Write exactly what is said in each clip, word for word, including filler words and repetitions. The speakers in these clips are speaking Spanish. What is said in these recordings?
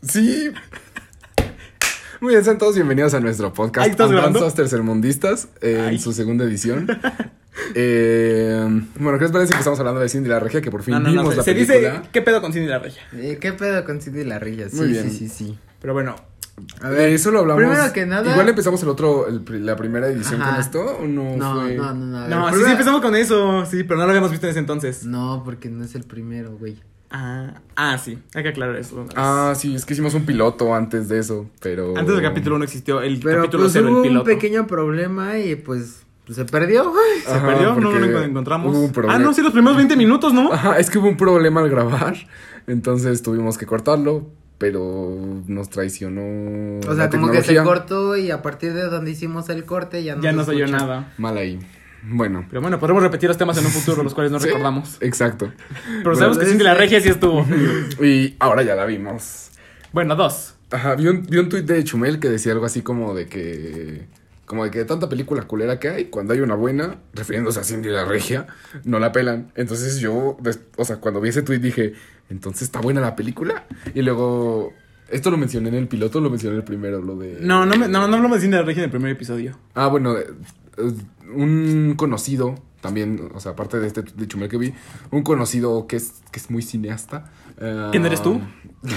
Sí. Muy bien, sean todos bienvenidos a nuestro podcast Andanzas Tercermundistas eh, en su segunda edición. eh, bueno, ¿qué les parece que estamos hablando de Cindy la Regia? Que por fin no, no, vimos no, se, la se película. Dice, ¿qué pedo con Cindy la Regia? Eh, ¿Qué pedo con Cindy la Regia? Sí, Muy bien. sí, sí, sí. Pero bueno, a ver, eso lo hablamos. Primero que nada. Igual empezamos el otro, el, la primera edición Ajá. con esto, ¿o no? No, fue? no, no, no. a ver, no, sí, primero- sí empezamos con eso, sí, pero no lo habíamos visto en ese entonces. No, porque no es el primero, güey. Ah, ah, sí, hay que aclarar eso. Ah, sí, es que hicimos un piloto antes de eso, pero... Antes del capítulo uno existió el Pero capítulo pues cero, hubo el piloto. un pequeño problema y pues, pues se perdió, güey. ¿Se Ajá, perdió? No porque lo encontramos. hubo un problema. Ah, no, sí, los primeros veinte minutos, ¿no? Ajá, es que hubo un problema al grabar, entonces tuvimos que cortarlo, pero nos traicionó O sea, la como que se tecnología. cortó y a partir de donde hicimos el corte ya no Ya se no se oyó escucha. nada. Mal ahí. Bueno. Pero bueno, podremos repetir los temas en un futuro, los cuales no Sí, recordamos. Exacto. Pero Bueno, sabemos que Cindy la Regia sí estuvo. Y ahora ya la vimos. Bueno, dos. Ajá, vi un, vi un tuit de Chumel que decía algo así como de que... Como de que de tanta película culera que hay, cuando hay una buena, refiriéndose a Cindy la Regia, no la pelan. Entonces yo, des- o sea, cuando vi ese tuit dije, ¿entonces está buena la película? Y luego... Esto lo mencioné en el piloto, lo mencioné en el primero, lo de... No, no, me, no, no hablamos de Cindy la Regia en el primer episodio. Ah, bueno, eh, eh, un conocido también, o sea, aparte de este de Chumel que vi, un conocido que es, que es muy cineasta. eh, ¿Quién eres tú?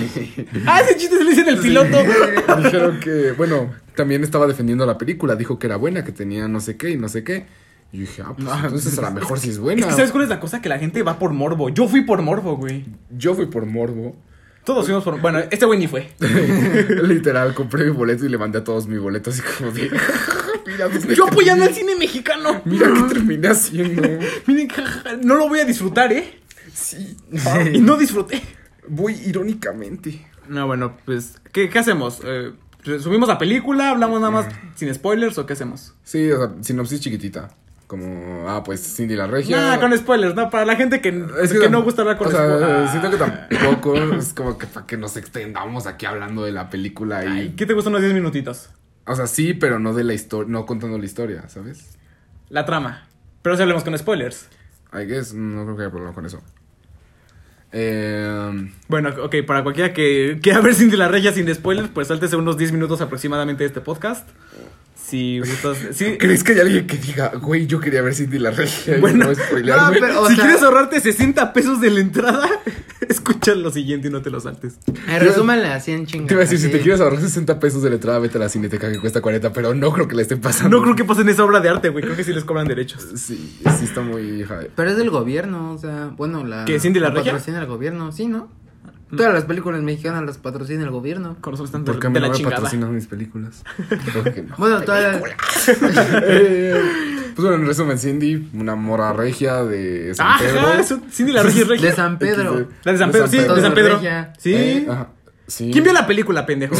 Ah, ese chiste se lo hice en el piloto. Dijeron que, bueno, también estaba defendiendo la película, dijo que era buena, que tenía no sé qué y no sé qué. Y yo dije, ah, pues No, entonces a lo mejor sí es buena. Es que ¿sabes cuál es la cosa? Que la gente va por morbo. Yo fui por morbo, güey. Yo fui por morbo. Todos fuimos por... Bueno, este güey ni fue. Literal, compré mi boleto y le mandé a todos mi boleto así como de... Mira, dónde Yo apoyando al terminé. cine mexicano. Mira qué terminé haciendo. Miren, jajaja, no lo voy a disfrutar, ¿eh? Sí. Y no disfruté. Voy irónicamente. No, bueno, pues, ¿qué, qué hacemos? Eh, ¿Subimos la película? ¿Hablamos nada más sin spoilers o qué hacemos? Sí, o sea, sinopsis chiquitita. Como, ah, pues Cindy la Regia. Ah, con spoilers, ¿no? Para la gente que, Es que, no gusta hablar con o sea, spoilers. siento que tampoco es como que para que nos extendamos aquí hablando de la película y... Ay, ¿qué te gustan unos diez minutitos? O sea, sí, pero no de la historia, no contando la historia, ¿sabes? La trama. Pero si hablemos con spoilers. I guess, no creo que haya problema con eso. Eh, Bueno, ok, para cualquiera que quiera ver Cindy la Regia sin spoilers, pues sáltese unos diez minutos aproximadamente de este podcast. Si gustas... Sí, ¿Crees que hay alguien que diga, güey, yo quería ver Cindy la Regia? y Bueno, no spoilearme? no, pero- o si sea- quieres ahorrarte sesenta pesos de la entrada, escucha lo siguiente y no te lo saltes. En resumen, así en chinga. Te iba a decir, si así. te quieres ahorrar sesenta pesos de la entrada, vete a la Cineteca que cuesta cuarenta, pero no creo que le estén pasando. No creo que pasen esa obra de arte, güey. Creo que sí les cobran derechos. Sí, sí está muy hija de... Pero es del gobierno, o sea, bueno, la... ¿Qué, Cindy la Regia? patrocina el gobierno, sí, ¿no? Todas las películas mexicanas las patrocina el gobierno. Con razón están de, ¿Por qué a mí de no la me chingada. patrocinan mis películas? Creo que no. Bueno, todas las... Eh, pues bueno, en resumen, Cindy, una mora regia de San Pedro. Ajá, eso, Cindy la Regia es regia. De San Pedro. La de San Pedro, sí, Pedro. de San Pedro. Regia. Sí. Eh, ajá, sí. ¿Quién vio la película, pendejo?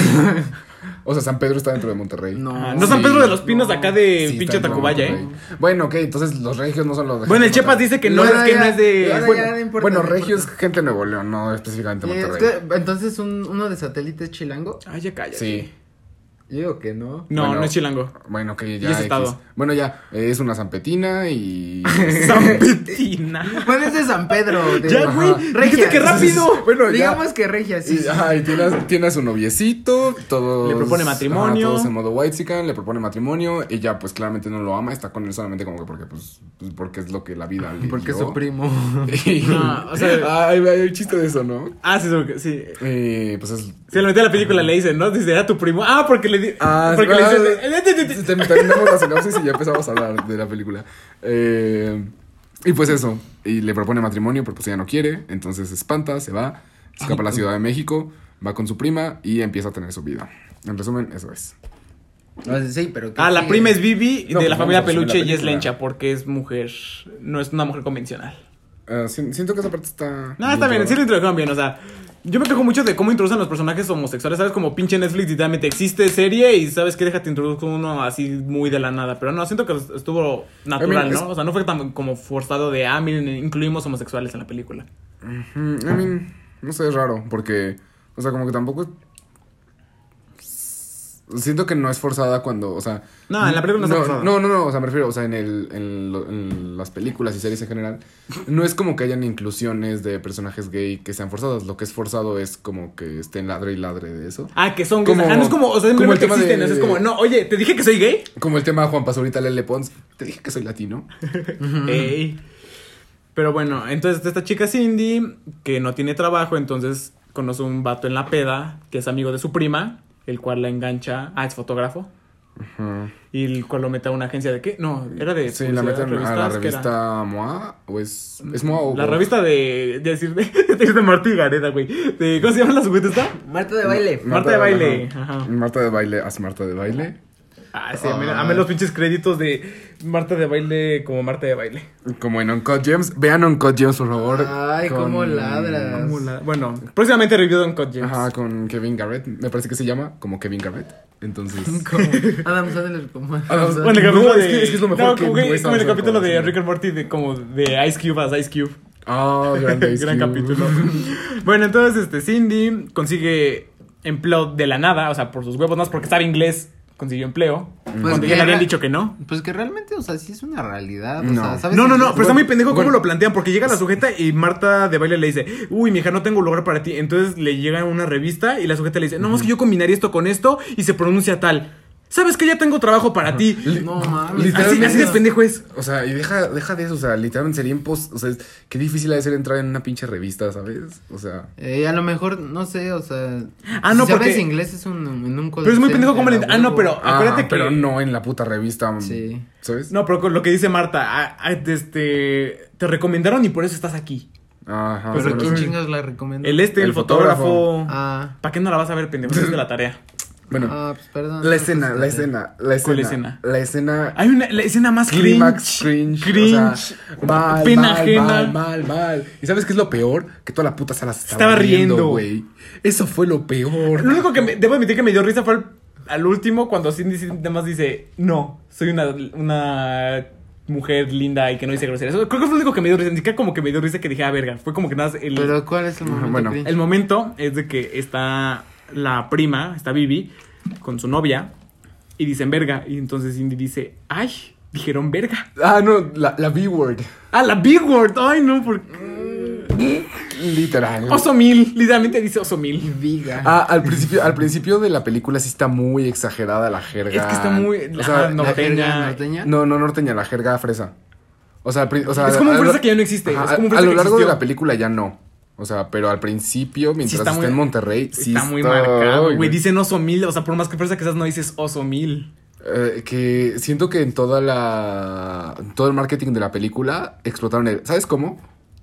O sea, San Pedro está dentro de Monterrey. No. Ah, no San Pedro de los Pinos, no. acá de Sí, pinche está dentro de Tacubaya, ¿eh? Monterrey. Bueno, ok, entonces los regios no son los de Bueno, el gente de Chepas Monterrey. dice que no, No, es que ya, no es de... ya, Bueno, ya, no importa, bueno no regio es importa. gente de Nuevo León, no específicamente Y es Monterrey. que, entonces, un, uno de satélite es chilango. Ay, ya cállate. Sí. Yo digo que no. No, Bueno, no es chilango. Bueno, ok, ya. es X. estado. Bueno, ya, eh, es una zampetina y... San Petina. Bueno, es de San Pedro. De... Ya, güey. Regia. Dijiste que rápido. Bueno, ya. Digamos que regia, sí. Y, ajá, y tiene, a- tiene a su noviecito, todo. Le propone matrimonio. Todos en modo whitezican, le propone matrimonio. Ella, pues claramente no lo ama, está con él solamente como que porque, pues, pues porque es lo que la vida le Porque es dio. su primo. Y- No, o sea- Ay, hay un chiste de eso, ¿no? Ah, sí, sí. Sí, Eh, pues es. se lo metió a la película, le dicen, ¿no? Dice, era tu primo. Ah, porque le di... Ah, porque le ah, dicen... Tem- Terminamos la sinopsis y ya empezamos a hablar de la película. Eh, y pues eso. Y le propone matrimonio, pero pues ella no quiere. Entonces se espanta, se va, escapa a la Ciudad de México, va con su prima y empieza a tener su vida. En resumen, eso es. O sea, sí, pero... ¿qué Ah, la sigue? prima es Vivi, No, de pues la vamos familia a resumir la Peluche, y es película. lencha porque es mujer, no es una mujer convencional. Ah, si- siento que esa parte está. No, está bien, sí lo llevada. introdujeron bien, o sea, yo me quejo mucho de cómo introducen los personajes homosexuales, ¿sabes? Como pinche Netflix, literalmente existe serie y sabes que déjate introduzco uno así muy de la nada, pero no, siento que estuvo natural, I mean, es- ¿no? O sea, no fue tan como forzado de, ah, miren, incluimos homosexuales en la película. Ujú, I mean, no sé, es raro, porque, o sea, como que tampoco... Siento que no es forzada cuando, o sea... No, en la película no está forzada. No, no, no, o sea, me refiero, o sea, en, el, en, lo- en las películas y series en general, no es como que hayan inclusiones de personajes gay que sean forzadas. Lo que es forzado es como que estén ladre y ladre de eso. Ah, que son gays. Como- Ajá, no es como, o sea, como el simplemente tema existen. de- o sea, es como, no, oye, ¿te dije que soy gay? Como el tema de Juan Pazurita Lele Pons. Te dije que soy latino. Ey. Pero bueno, entonces esta chica Cindy, que no tiene trabajo, entonces conoce un vato en la peda, que es amigo de su prima, el cual la engancha. Ah, es fotógrafo. Ajá. Y el cual lo mete a una agencia de qué? No, era de. Sí, la publicidad, meten a la revistas, ¿qué era? revista MOA. ¿O es, es MOA o La o- revista de. De decir de, de, decir de Marta y Gareda, güey. De, ¿cómo se llama la sujeto esta? Marta de baile. Marta de baile, ajá. ajá. Marta de baile, haz Marta de baile. Ah, sí, amé, amé los pinches créditos de Marta de baile como Marta de baile. Como en Uncut Gems. Vean Uncut Gems, por favor. Ay, cómo ladras. Como la- Bueno, próximamente review de Uncut Gems. Ajá, con Kevin Garrett. Me parece que se llama como Kevin Garrett. Entonces. Como Adam Sandler como Adam Adam- Sandler. Bueno, el capítulo No, de... es que- es que es lo mejor no, que como, que- Wes como en el Anderson capítulo puede de hacer. Rick and Morty de como de Ice Cube as Ice Cube. Ah, grande. Gran capítulo. Bueno, entonces este Cindy consigue empleo de la nada, o sea, por sus huevos, no es porque sabe inglés, consiguió empleo. cuando que ya le habían re- dicho que no. Pues que realmente, o sea, sí es una realidad. O No. sea, ¿sabes? No, no, no, Inglés? pero está muy pendejo cómo bueno. lo plantean, porque llega la sujeta y Marta de baile le dice, uy, mija, no tengo lugar para ti. Entonces le llega una revista y la sujeta le dice, no, es que yo combinaría esto con esto y se pronuncia tal. ¿Sabes que ya tengo trabajo para ti? No mames. Así, Literalmente. así de pendejo es. O sea, y deja, deja de eso, o sea, literalmente sería impos... O sea, es- qué difícil ha de ser entrar en una pinche revista, ¿sabes? O sea... Eh, a lo mejor, no sé, o sea. Ah, no, si sabes porque- inglés es un, en un call Pero es muy center, pendejo cómo le... a Ah, no, huevo. pero acuérdate Ah, que... pero no en la puta revista, Sí. ¿sabes? No, pero con lo que dice Marta, ah, ah, este... Te recomendaron y por eso estás aquí. Ajá. Pero bueno, ¿quién sí. chingas la recomienda? El este, el, El fotógrafo... fotógrafo. Ah. ¿Para qué no la vas a ver, pendejo? Es de la tarea. Bueno, Ah, pues perdón. la escena, la escena, la escena. ¿Cuál escena? La escena... Hay una la escena más Clímax, cringe. cringe, Cringe. o sea, mal, pena mal, ajena. mal, mal, mal. ¿Y sabes qué es lo peor? Que toda la puta sala se estaba, Estaba riendo. güey. Eso fue lo peor. Lo único que me, debo admitir que me dio risa fue al, al último cuando Cindy nada más dice, no, soy una, una mujer linda y que no dice groserías. Eso, creo que fue lo único que me dio risa. Ni siquiera como que me dio risa que dije, ah, verga. Fue como que nada más el, Pero ¿cuál es el Ajá, momento? bueno. cringe? el momento es de que está la prima, está Vivi, con su novia y dicen verga. Y entonces Cindy dice, ay, dijeron verga. Ah, no, la, la B-word. Ah, la big word. Ay, no, porque... Literal. Oso mil. Literalmente dice oso mil. Viga. Ah, al principio, al principio de la película sí está muy exagerada la jerga. Es que está muy... O sea, ah, la- norteña. ¿La norteña? No, no norteña, la jerga fresa. O sea, al pri- o sea Es como un a- a- fresa que ya no existe, Ajá, es como un a, fresa lo que largo de existió. la película ya no. O sea, pero al principio, mientras está está, muy- en Monterrey, sí está muy marcado, ay, güey. Dicen oso mil. O sea, por más que fresa que seas, no dices oso mil. Eh, que siento que en toda la en todo el marketing de la película explotaron el, ¿sabes cómo?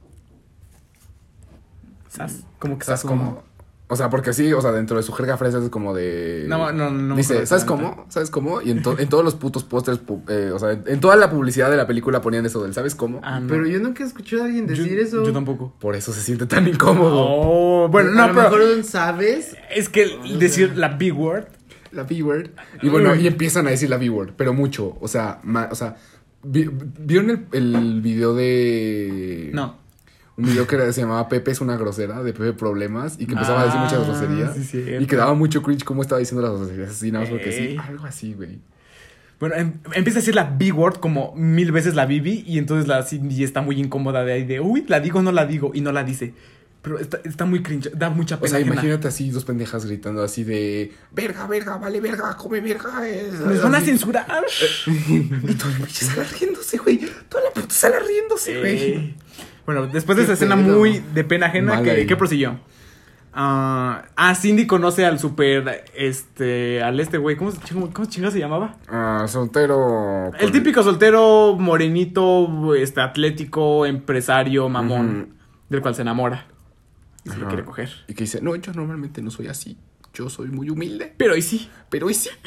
¿Sabes? Como que ¿Sabes estás cómo? como... O sea, porque sí, o sea, dentro de su jerga fresa es como de... No, no, no, no me Dice, acuerdo ¿sabes exactamente. cómo? ¿Sabes cómo? Y en, to- en todos los putos pósters, pu- eh, o sea, en, en toda la publicidad de la película ponían eso del ¿sabes cómo? Ah, no. Pero yo nunca he escuchado a alguien decir yo, eso. Yo tampoco. Por eso se siente tan incómodo. Oh, bueno, A no, lo pero... mejor sabes. Es que decir la big word... La B-word. Y bueno, y empiezan a decir la B-word, pero mucho. O sea, ma- o sea, vi- ¿vieron el, el video de... No. Un video que era- se llamaba Pepe es una grosera, de Pepe Problemas, y que empezaba a decir muchas Ah, groserías. sí, cierto. y que daba mucho cringe cómo estaba diciendo las groserías así, nada más porque sí. Ey. Algo así, güey. Bueno, em- empieza a decir la big word como mil veces la Bibi y entonces la Cindy está muy incómoda de ahí de, uy, la digo o no la digo y no la dice. Pero está, está muy cringe, da mucha O pena sea, ajena. imagínate así dos pendejas gritando así de verga, verga, vale, verga, come verga. eh", Nos van a así. censurar. Y toda la pinche sala riéndose, güey. Toda la puta sala riéndose, güey. Eh, Bueno, después de Qué esa escena pedo. muy de pena ajena, Mal ¿qué, ahí. ¿qué prosiguió? Ah, ah, Cindy conoce al super, este, al este güey, ¿cómo, se- chingo- cómo chingado se llamaba? Ah, soltero. El con- típico soltero, morenito, este, atlético, empresario, mamón, Ujú. del cual se enamora y se le Ajá. quiere coger. Y que dice, no, yo normalmente no soy así. Yo soy muy humilde. Pero hoy sí. Pero hoy sí.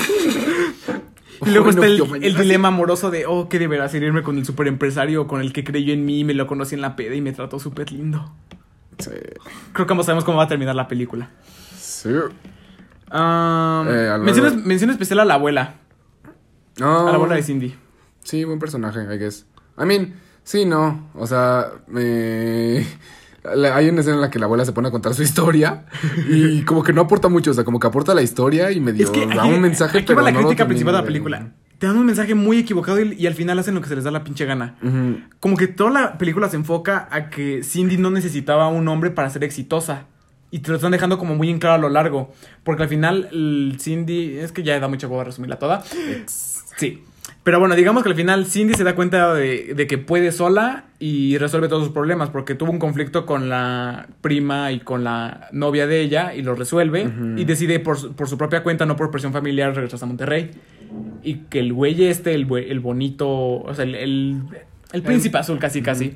Y luego Bueno, está el, yo mañana el sí. dilema amoroso de, oh, ¿qué deberá irme con el super empresario con el que creyó en mí y me lo conocí en la peda y me trató súper lindo? Sí. Creo que ambos sabemos cómo va a terminar la película. Sí. Ah, Eh, a lo mención, largo- mención especial a la abuela. No. A la abuela de Cindy. Sí, buen personaje, I guess. I mean, sí, no. O sea, me... la- hay una escena en la que la abuela se pone a contar su historia y como que no aporta mucho, o sea, como que aporta la historia y medio Es que da aquí- un mensaje, aquí pero va la no lo crítica termina principal de la de- película. Te dan un mensaje muy equivocado y, y al final hacen lo que se les da la pinche gana. Ujú. Como que toda la película se enfoca a que Cindy no necesitaba un hombre para ser exitosa. Y te lo están dejando como muy en claro a lo largo. Porque al final, el Cindy. Es que ya da mucha hueva resumirla toda. Sí. Pero bueno, digamos que al final Cindy se da cuenta de, de que puede sola y resuelve todos sus problemas. Porque tuvo un conflicto con la prima y con la novia de ella y lo resuelve. Ujú. Y decide por, su- por su propia cuenta, no por presión familiar, regresar a Monterrey. Y que el güey este, el, bue- el bonito. O sea, el, el, el príncipe azul, casi, casi.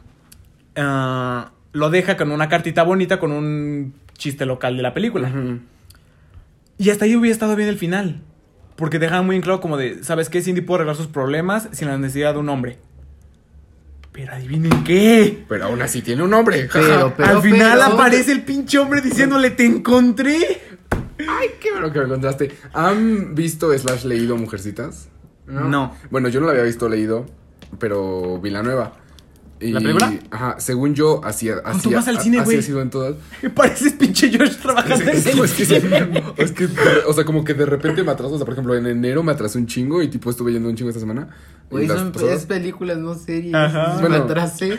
ah, lo deja con una cartita bonita con un chiste local de la película. Ujú. Y hasta ahí hubiera estado bien el final. Porque dejan muy en claro como de, ¿sabes qué? Cindy puede arreglar sus problemas sin la necesidad de un hombre. Pero adivinen qué. Pero aún así tiene un nombre. jaja. Pero, pero, Al final pero- aparece el pinche hombre diciéndole, te encontré. Ay, qué bueno que me encontraste. ¿Han visto slash leído Mujercitas? No. Bueno, yo no la había visto leído, pero vi la nueva. Y, ¿La película? Ajá, según yo, así, así, tú vas al a- cine, así güey. ha sido en todas. Pareces pinche George trabajando en Es que- el es que- cine. es que, o sea, como que de repente me atraso. O sea, por ejemplo, en enero me atrasé un chingo y tipo estuve yendo un chingo esta semana. Y Güey, las son pasadas- es películas, no series. Ajá. Me Bueno. atrasé.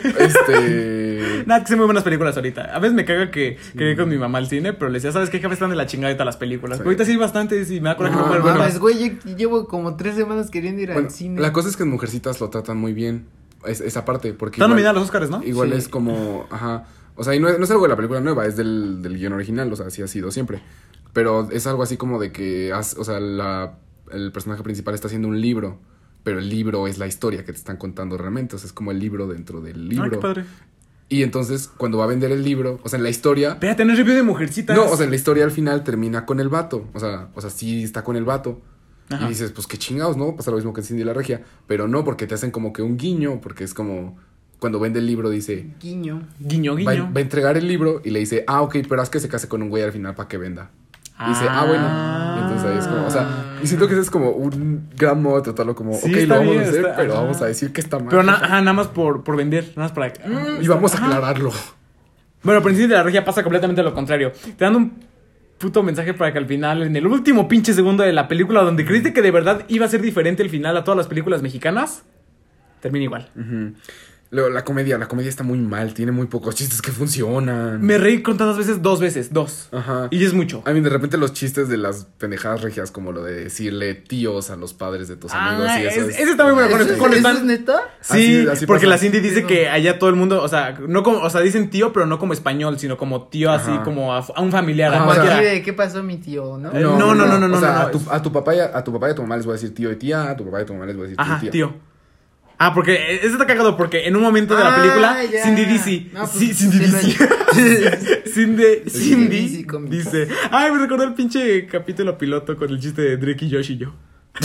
Este. Nada, que se muy buenas películas ahorita. A veces me caga que quería ir con mi mamá al cine, pero le decía, ¿sabes qué, jefe? Están de la chingada ahorita las películas. Sí. Ahorita sí hay bastantes y me da coraje No, no poder mames, verlas. Mames, güey, yo llevo como tres semanas queriendo ir Bueno, al cine. la cosa es que en Mujercitas lo tratan muy bien. Es, esa parte. Porque Está igual- nominada a los Oscars, ¿no? Igual Sí. es como, ajá, o sea, y no es, no es algo de la película nueva, es del, del guión original, o sea, así ha sido siempre. Pero es algo así como de que, has- o sea, la, el personaje principal está haciendo un libro, pero el libro es la historia que te están contando realmente, o sea, es como el libro dentro del libro. Ay, qué padre. Y entonces, cuando va a vender el libro, o sea, en la historia... Espérate, no es review de Mujercitas. No, o sea, en la historia al final termina con el vato, o sea, o sea, sí está con el vato. Ajá. Y dices, pues qué chingados, ¿no? Pasa lo mismo que en Cindy la Regia, pero no, porque te hacen como que un guiño, porque es como... Cuando vende el libro dice, Guiño. Guiño, Va, guiño. va a entregar el libro y le dice, ah, ok, pero haz que se case con un güey al final para que venda. Y dice, ah, bueno. Y entonces ahí es como, o sea, y siento que ese es como un gran modo de tratarlo como, Sí, ok, está lo vamos bien, a hacer, está- pero ajá. vamos a decir que está mal. Pero na- ajá, nada más por, por vender, nada más para... y vamos a Ajá. aclararlo. Bueno, pero en Cine de la Regia pasa completamente lo contrario. Te dan un puto mensaje para que al final, en el último pinche segundo de la película, donde creíste que de verdad iba a ser diferente el final a todas las películas mexicanas, termina igual. Ujú. Luego, la comedia, la comedia está muy mal, tiene muy pocos chistes que funcionan. Me reí contadas veces, dos veces, dos. Ajá. Y es mucho. A mí de repente los chistes de las pendejadas regias, como lo de decirle tíos a los padres de tus amigos Ah, y eso es- es... ese está muy bueno. ¿Eso, Cuando, es- cuando eso están- es neta? Sí, Así- así porque pasa. la Cindy dice Sí, que no. allá todo el mundo, o sea, no como, o sea, dicen tío, pero no como español, sino como tío así, Ajá. como a, a un familiar. a Ajá, Como cualquiera. aquí de, ¿qué pasó mi tío, no? Eh, no, no, no, no, no, O sea, no, a, tu, es- a tu papá y a, a tu papá y a tu mamá les voy a decir tío y tía, a tu papá y a tu mamá les voy a decir tío Ajá, y tía. tío. Ah, porque eso está cagado porque en un momento de la Ah, película, ya. Cindy dice, No, pues, sí, Cindy sí lo dice, Cindy, Cindy Easy cómico. dice, ay, me recordó el pinche capítulo piloto con el chiste de Drake y Josh y yo.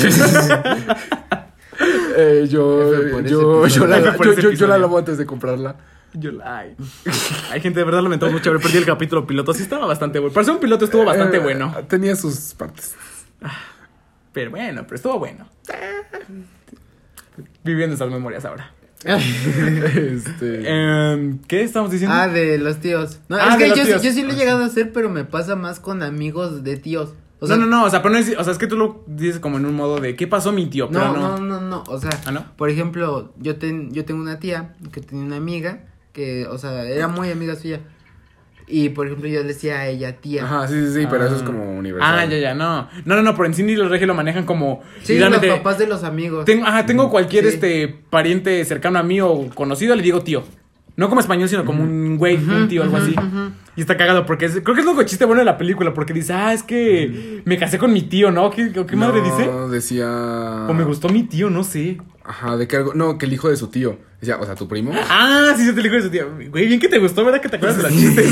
Eh, yo, F por ese yo, yo, la, episodio. F por yo, ese yo, yo la episodio. lavo antes de comprarla. Yo, ay, hay gente de verdad lamentamos mucho haber perdido el capítulo piloto. Sí estaba bastante bueno. Para ser un piloto estuvo bastante Eh, bueno. Tenía sus partes. Pero bueno, pero estuvo bueno. Viviendo esas memorias ahora. Este. Em, ¿Qué estamos diciendo? Ah, de los tíos. No, Ah, es de que los yo, sí- tíos. yo sí lo he llegado a hacer, pero me pasa más con amigos de tíos. O sea, no, no, no, o sea, pero no es, o sea, es que tú lo dices como en un modo de ¿qué pasó mi tío? Pero No, no. no, no, no, o sea, ¿Ah, no? por ejemplo, yo ten, yo tengo una tía que tenía una amiga que, o sea, era muy amiga suya. Y por ejemplo, yo le decía a ella tía. Ajá, sí, sí, sí, pero Ah. eso es como universal. Ah, ya, ya, no. No, no, no, por en Cindy y los Regio lo manejan como. Sí, literalmente, los papás de los amigos. Tengo, ajá, tengo cualquier Sí. este pariente cercano a mí o conocido, le digo tío. No como español, sino como un güey, un tío, algo así. Y está cagado porque es- creo que es lo chiste bueno de la película, porque dice, ah, es que me casé con mi tío, ¿no? ¿Qué, qué madre dice? No, decía. O me gustó mi tío, no sé. Ajá, de que algo. No, que el hijo de su tío. Decía, o sea, tu primo. Ah, sí, yo te digo eso, tío. Güey, bien que te gustó, ¿verdad? Que te acuerdas de las chistes.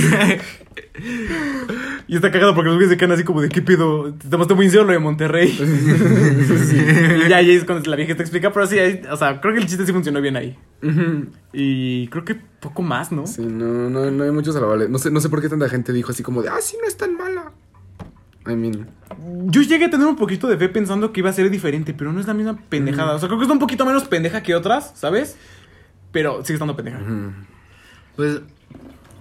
Y está cagado porque los güeyes se quedan así como de, ¿qué pedo? Te tomaste muy en serio lo de Monterrey. Y ya, ahí es cuando la vieja te explica, pero sí, ahí, o sea, creo que el chiste sí funcionó bien ahí. Ujú. Y creo que poco más, ¿no? Sí, no, no, no hay muchos alabables. No sé, no sé por qué tanta gente dijo así como de, ah, sí, no es tan mala. I mean. Yo llegué a tener un poquito de fe pensando que iba a ser diferente, pero no es la misma pendejada. O sea, creo que es un poquito menos pendeja que otras, ¿sabes? Pero sigue estando pendeja. ujú. Pues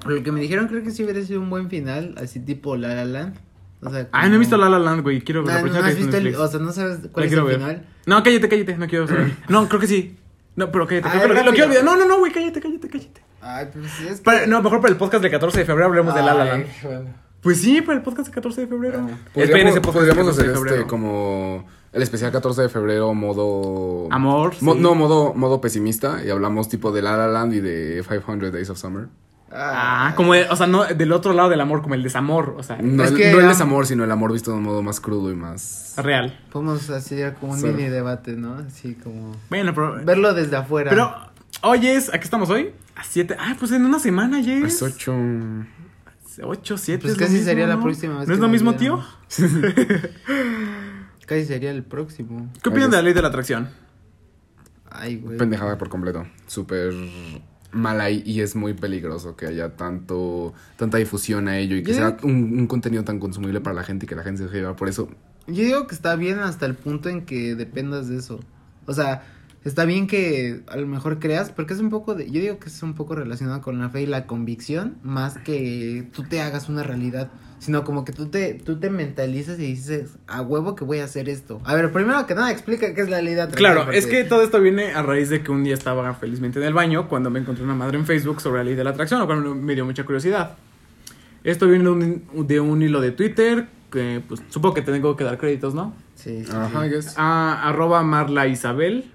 Por lo que me dijeron, creo que sí hubiera sido un buen final, así tipo La La Land. O sea, como... Ay, no he visto La La Land, güey. Quiero ver. No, no, no has visto el... O sea, no sabes cuál La es el quiero ver. final. No, cállate, cállate. No quiero saber. No, creo que sí. No, pero cállate. Ah, creo que lo, lo rápido. quiero olvidar. No, no, no, güey. Cállate, cállate, cállate. Ay, pues sí, es que... Para- no, mejor para el podcast del catorce de febrero hablemos de La La Ay, Land. bueno. Pues sí, para el podcast del catorce de febrero. Ah. Esperen Podríamos, ese podcast del podríamos catorce hacer de este febrero. como el especial catorce de febrero modo... Amor, Mo- sí. No, modo, modo pesimista. Y hablamos tipo de La La Land y de quinientos Days of Summer. Ah, como, el- o sea, no del otro lado del amor, como el desamor, o sea, No, Es el, que no el am- desamor, sino el amor visto de un modo más crudo y más... real. Podemos hacer como un Sí. mini debate, ¿no? Así como... Bueno, pero... Verlo desde afuera. Pero, hoy es, ¿a qué estamos hoy? A siete. Ah, pues en una semana ya es. Es ocho... Ocho, siete. Pues es lo casi mismo, sería la ¿no? próxima vez ¿No que es lo nos mismo, tío? viéramos. Casi sería el próximo. ¿Qué opinan de la ley de la atracción? Ay, güey. Pendejada por completo. Súper mala y, y es muy peligroso que haya tanto tanta difusión a ello y que Yo sea digo- un, un contenido tan consumible para la gente y que la gente se deje llevar por eso. Yo digo que está bien hasta el punto en que dependas de eso. O sea, está bien que a lo mejor creas, porque es un poco de... Yo digo que es un poco relacionado con la fe y la convicción, más que tú te hagas una realidad, sino como que tú te, tú te mentalizas y dices, a huevo que voy a hacer esto. A ver, primero que nada, explica qué es la ley de atracción. Claro, porque- es que todo esto viene a raíz de que un día estaba felizmente en el baño cuando me encontré una madre en Facebook sobre la ley de la atracción, lo cual me dio mucha curiosidad. Esto viene de un, de un hilo de Twitter, que pues supongo que tengo que dar créditos, ¿no? Sí, sí, Ajá, sí. I guess. A, arroba Marla Isabel.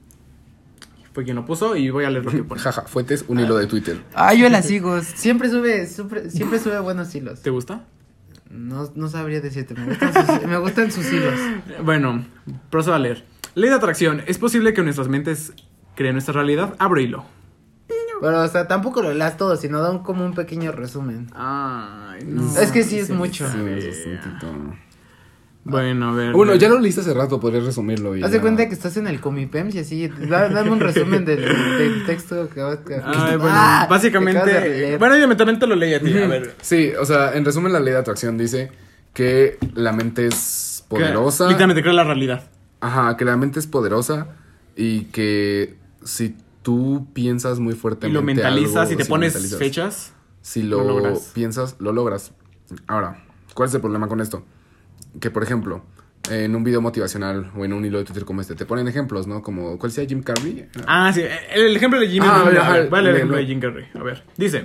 Fue quien lo puso y voy a leer lo que pone. Jaja, fuentes, un hilo de Twitter. Ah, yo la sigo. Siempre sube, siempre, siempre sube buenos hilos. ¿Te gusta? No, no sabría decirte, me gustan sus, me gustan sus hilos. Bueno, procedo a leer. Ley de atracción. ¿Es posible que nuestras mentes creen nuestra realidad? Abro hilo. Pero, o sea, tampoco lo leas todo, sino da un, como un pequeño resumen. Ay, no. Es que sí es mucho. Sí, eso es un tito. Bueno, a ver. Bueno, ya lo leíste hace rato, podrías resumirlo. Y Haz de ya. cuenta que estás en el Comipems y así, da- dame un resumen del, del texto que vas que, Ay, bueno, ¡Ah! que básicamente. acabas de leer. Bueno, yo mentalmente lo leí a ti. A ver. Sí, o sea, en resumen, la ley de atracción dice que la mente es poderosa. Que, literalmente crea la realidad. Ajá, que la mente es poderosa y que si tú piensas muy Y fuertemente lo mentalizas algo, y te si pones mentalizas, fechas. Si lo, lo logras. piensas, lo logras. Ahora, ¿cuál es el problema con esto? Que, por ejemplo, en un video motivacional o en un hilo de Twitter como este, te ponen ejemplos, ¿no? Como, ¿cuál sea Jim Carrey? Ah, sí. El, el ejemplo de Jimmy. Ah, a ver, ajá, a ver, vale, el léelo. ejemplo de Jim Carrey. A ver, dice.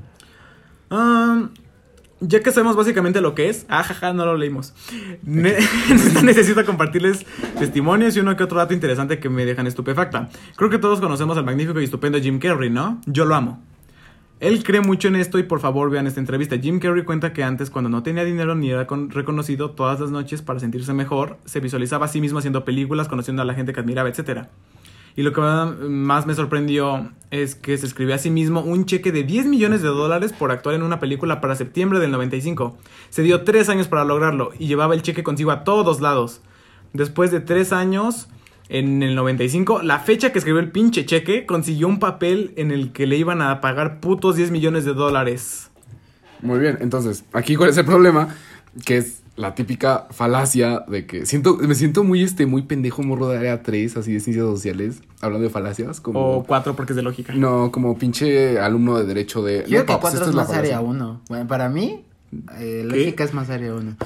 um, ya que sabemos básicamente lo que es. Ah, jaja, no lo leímos. Ne- necesito compartirles testimonios y uno que otro dato interesante que me dejan estupefacta. Creo que todos conocemos al magnífico y estupendo Jim Carrey, ¿no? Yo lo amo. Él cree mucho en esto y por favor vean esta entrevista. Jim Carrey cuenta que antes, cuando no tenía dinero ni era con- reconocido, todas las noches para sentirse mejor, se visualizaba a sí mismo haciendo películas, conociendo a la gente que admiraba, etcétera. Y lo que más me sorprendió es que se escribió a sí mismo un cheque de diez millones de dólares por actuar en una película para septiembre del noventa y cinco. Se dio tres años para lograrlo y llevaba el cheque consigo a todos lados. Después de tres años, en el noventa y cinco, la fecha que escribió el pinche cheque, consiguió un papel en el que le iban a pagar putos diez millones de dólares. Muy bien, entonces, aquí cuál es el problema, que es la típica falacia de que siento, me siento muy este, muy pendejo morro de área tres, así de ciencias sociales, hablando de falacias, como O cuatro porque es de lógica. no, como pinche alumno de derecho de Yo creo no, que paps, cuatro esta es la más falacia. área uno. Bueno, para mí, eh, ¿Qué? lógica es más área uno.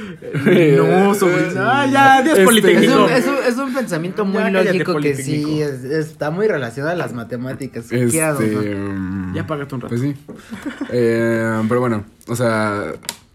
No, sobrino. Ah, ya, Dios Este, Es politécnico. un, es, un, es un pensamiento muy Ya, cállate, lógico que sí Politécnico. es- está muy relacionado a las matemáticas. Este, quieras o no. mm, Ya págate un rato. Pues sí. Eh, pero bueno, o sea,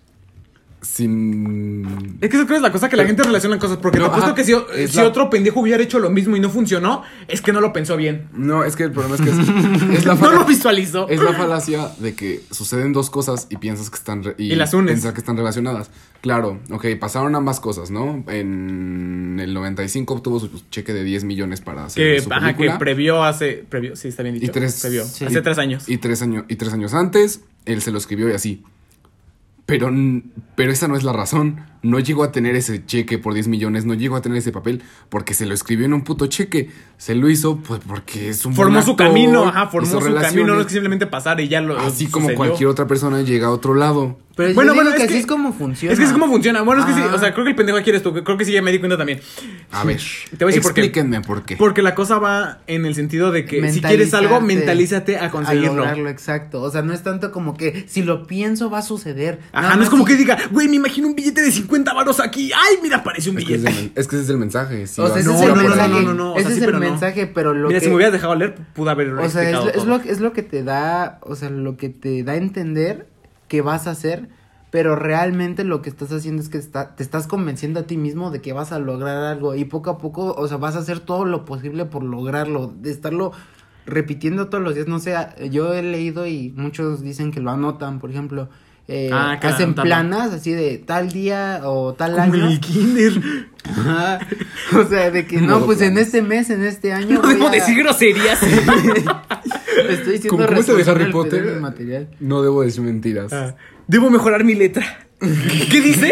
sin... Es que eso es la cosa que la gente relaciona cosas. Porque No, te apuesto ajá, que si, es si la- otro pendejo hubiera hecho lo mismo y no funcionó, es que no lo pensó bien. No, es que el problema es que es, es la No falacia, lo visualizó. es la falacia de que suceden dos cosas y piensas que están... re- Y las unes. Piensas que están relacionadas. Claro, ok, pasaron ambas cosas, ¿no? En el noventa y cinco obtuvo su cheque de diez millones para hacer Que, su ajá, que película. previó hace. Previó, sí, está bien dicho. Y tres- Previó. sí. Hace tres años. Y tres, años, y tres años antes, él se lo escribió y así. Pero, n- pero esa no es la razón. no llegó a tener ese cheque por diez millones, no llegó a tener ese papel porque se lo escribió en un puto cheque. Se lo hizo pues porque es un Formó buen su actor, camino, ajá, formó hizo su camino, no es relaciones. que simplemente pasar y ya lo Así como sucedió. cualquier otra persona llega a otro lado. Pero yo Bueno, digo bueno, que es así que- es como funciona. Es que es como funciona. Bueno, es que sí, Ajá. o sea, creo que el pendejo aquí eres tú, creo que sí ya me di cuenta también. A ver, Te voy a decir por qué. explíquenme por qué. Porque la cosa va en el sentido de que si quieres algo, mentalízate a conseguirlo. A lograrlo, exacto. O sea, no es tanto como que si lo pienso va a suceder. Ajá, Nada no es más como si- que diga, güey, me imagino un billete de cincuenta varos aquí. Ay, mira, aparece un Es que, es, billete. el, es que ese es el mensaje. sí O sea, va- ese No, es el no, no, mensaje. no, no, no, o sea, Ese sí, es el pero no. mensaje, pero lo Mira, que... si me hubieras dejado leer, pude haber O sea, es, explicado lo- es, todo. lo, es lo que te da, o sea, lo que te da a entender que vas a hacer, pero realmente lo que estás haciendo es que está, te estás convenciendo a ti mismo de que vas a lograr algo y poco a poco, o sea, vas a hacer todo lo posible por lograrlo, de estarlo repitiendo todos los días. No sé, yo he leído y muchos dicen que lo anotan, por ejemplo, eh, Ah, que hacen anotarlo. planas así de tal día o tal Como año. en el kinder. Ajá. O sea, de que no, Modo pues en planes. este mes, en este año. No voy debo a- decir groserías. Estoy siendo Como, como este de responsable Harry al Potter, pedir mi material. no debo decir mentiras. Ah, debo mejorar mi letra. ¿Qué dice?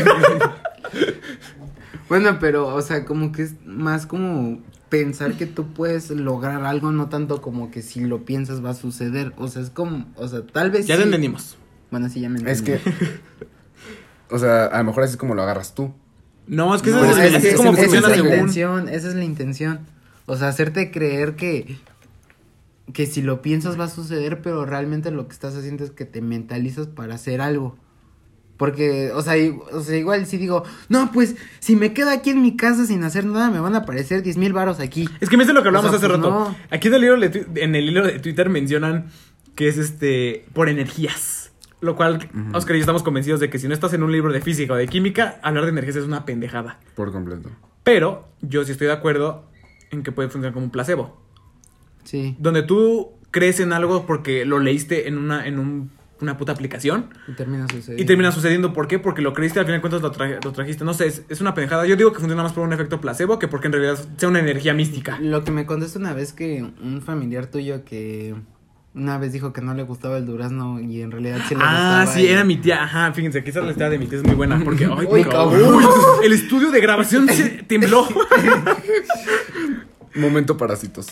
Bueno, pero, o sea, como que es más como pensar que tú puedes lograr algo, no tanto como que si lo piensas va a suceder. O sea, es como, o sea, tal vez Ya sí. lo entendimos. Bueno, sí, ya me Es que, entendí. o sea, a lo mejor así es como lo agarras tú. No, es que No, eso es, es así que es como ese- ese funciona es esa es el la según. intención, esa es la intención. O sea, hacerte creer que que si lo piensas va a suceder, pero realmente lo que estás haciendo es que te mentalizas para hacer algo. Porque, o sea, i- o sea, igual si digo, no, pues, si me quedo aquí en mi casa sin hacer nada, me van a aparecer diez mil varos aquí. Es que me dice lo que hablamos O sea, hace pues, rato. no. Aquí en el, hilo de tu- en el hilo de Twitter mencionan que es este por energías. Lo cual, Oscar y yo estamos convencidos de que si no estás en un libro de física o de química, hablar de energías es una pendejada. Por completo. Pero yo sí estoy de acuerdo en que puede funcionar como un placebo. Sí, Donde tú crees en algo porque lo leíste en una, en un- una puta aplicación y termina sucediendo. y termina sucediendo. ¿Por qué? Porque lo creíste, al final de cuentas lo, tra- lo trajiste. No sé, es, es una pendejada. Yo digo que funciona más por un efecto placebo que porque en realidad sea una energía mística. Lo que me contaste una vez que un familiar tuyo que una vez dijo que no le gustaba el durazno y en realidad sí le gustaba. Ah, sí, y- era mi tía. Ajá, fíjense, aquí está la historia de mi tía, es muy buena. Porque, ay, Uy, cabrón. cabrón. El estudio de grabación se tembló. Momento parásitos.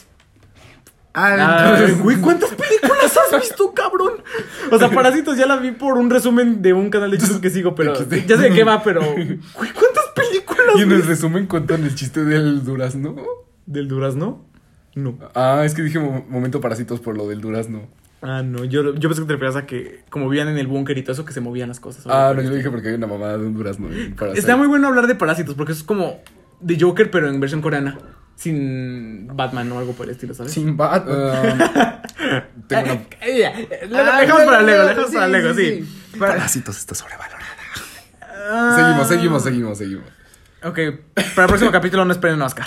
Ah, Ay, güey, ¿cuántas películas has visto, cabrón? O sea, Parásitos ya la vi por un resumen de un canal de YouTube que sigo, pero ya sé de qué va, pero güey, ¿cuántas películas Y en el ves? resumen cuentan el chiste del durazno. ¿Del durazno? No. Ah, es que dije mo- momento parásitos por lo del durazno. Ah, no, yo, yo pensé que te referías a que como vivían en el búnker y todo eso, que se movían las cosas. Ah, no, yo lo dije porque hay una mamada de un durazno. en Parasite. Está muy bueno hablar de Parásitos porque es como de Joker, pero en versión coreana. Sin Batman o algo por el estilo, ¿sabes? sin bat. Ah, tengo una... Eh, ya, eh, lo Ah, dejamos para luego, luego, dejamos sí, para luego, sí. sí. Para- Parásitos está sobrevalorada. Ah. Seguimos, seguimos, seguimos, seguimos. Ok, para el próximo capítulo no esperen a Oscar.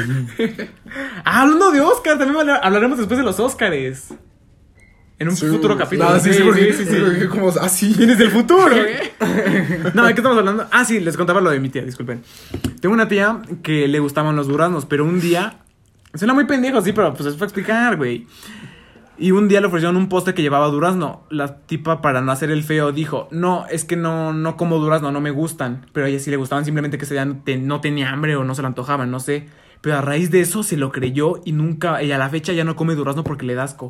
Ah, hablando de Oscar, también habla- hablaremos después de los Oscars. En un Sí, futuro sí. capítulo. Ah, sí, sí, porque, sí, sí, sí, porque como, ah, sí. Vienes del futuro, ¿eh? No, ¿de qué estamos hablando? Ah, sí, les contaba lo de mi tía, disculpen. Tengo una tía que le gustaban los duraznos, pero un día... Suena muy pendejo, sí, pero pues es para explicar, güey. Y un día le ofrecieron un postre que llevaba durazno. La tipa, para no hacer el feo, dijo, no, es que no, no como durazno, no me gustan. Pero a ella sí le gustaban, simplemente que ese día no, te- no tenía hambre o no se lo antojaban, no sé. Pero a raíz de eso se lo creyó y nunca, y a la fecha ya no come durazno porque le da asco.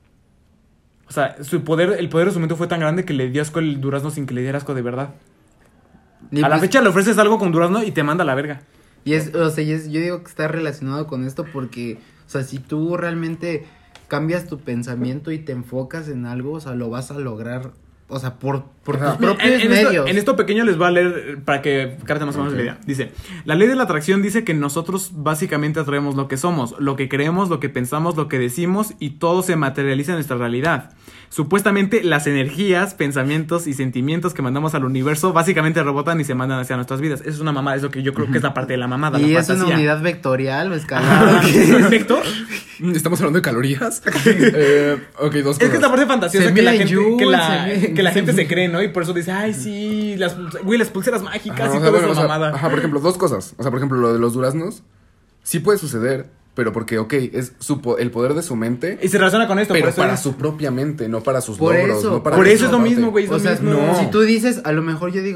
O sea, su poder, el poder de su mente fue tan grande que le dio asco el durazno sin que le diera asco de verdad. Y A la pues- fecha le ofreces algo con durazno y te manda a la verga. Y es, o sea, y es- yo digo que está relacionado con esto porque, o sea, si tú realmente cambias tu pensamiento y te enfocas en algo, o sea, lo vas a lograr, o sea, por, por Ajá. tus propios en, en medios. Esto, en esto pequeño les voy a leer para que capten más o menos Ok. la idea. Dice, la ley de la atracción dice que nosotros básicamente atraemos lo que somos, lo que creemos, lo que pensamos, lo que decimos y todo se materializa en nuestra realidad. Supuestamente las energías, pensamientos y sentimientos que mandamos al universo básicamente rebotan y se mandan hacia nuestras vidas. Eso es una mamada, es lo que yo creo que es la parte de la mamada. Y la es una fantasía. unidad vectorial o escalar. ¿Es vector? Estamos hablando de calorías. eh, ok, dos cosas. Es que es la parte fantasiosa Se que la, mide en gente, que, joules, la, se mide- que la gente se cree, ¿no? Y por eso dice, ay, sí, las, pulse- güey, las pulseras mágicas Ajá, y o sea, toda bueno, esa o sea, mamada. Ajá, por ejemplo, dos cosas. O sea, por ejemplo, lo de los duraznos. Sí puede suceder, pero porque, ok, es su po- el poder de su mente. Y se relaciona con esto, Pero por eso para es- su propia mente, no para sus Por logros. eso, no para por su eso es lo parte. mismo, güey, es O lo sea, mismo. no. si tú dices, a lo mejor yo digo,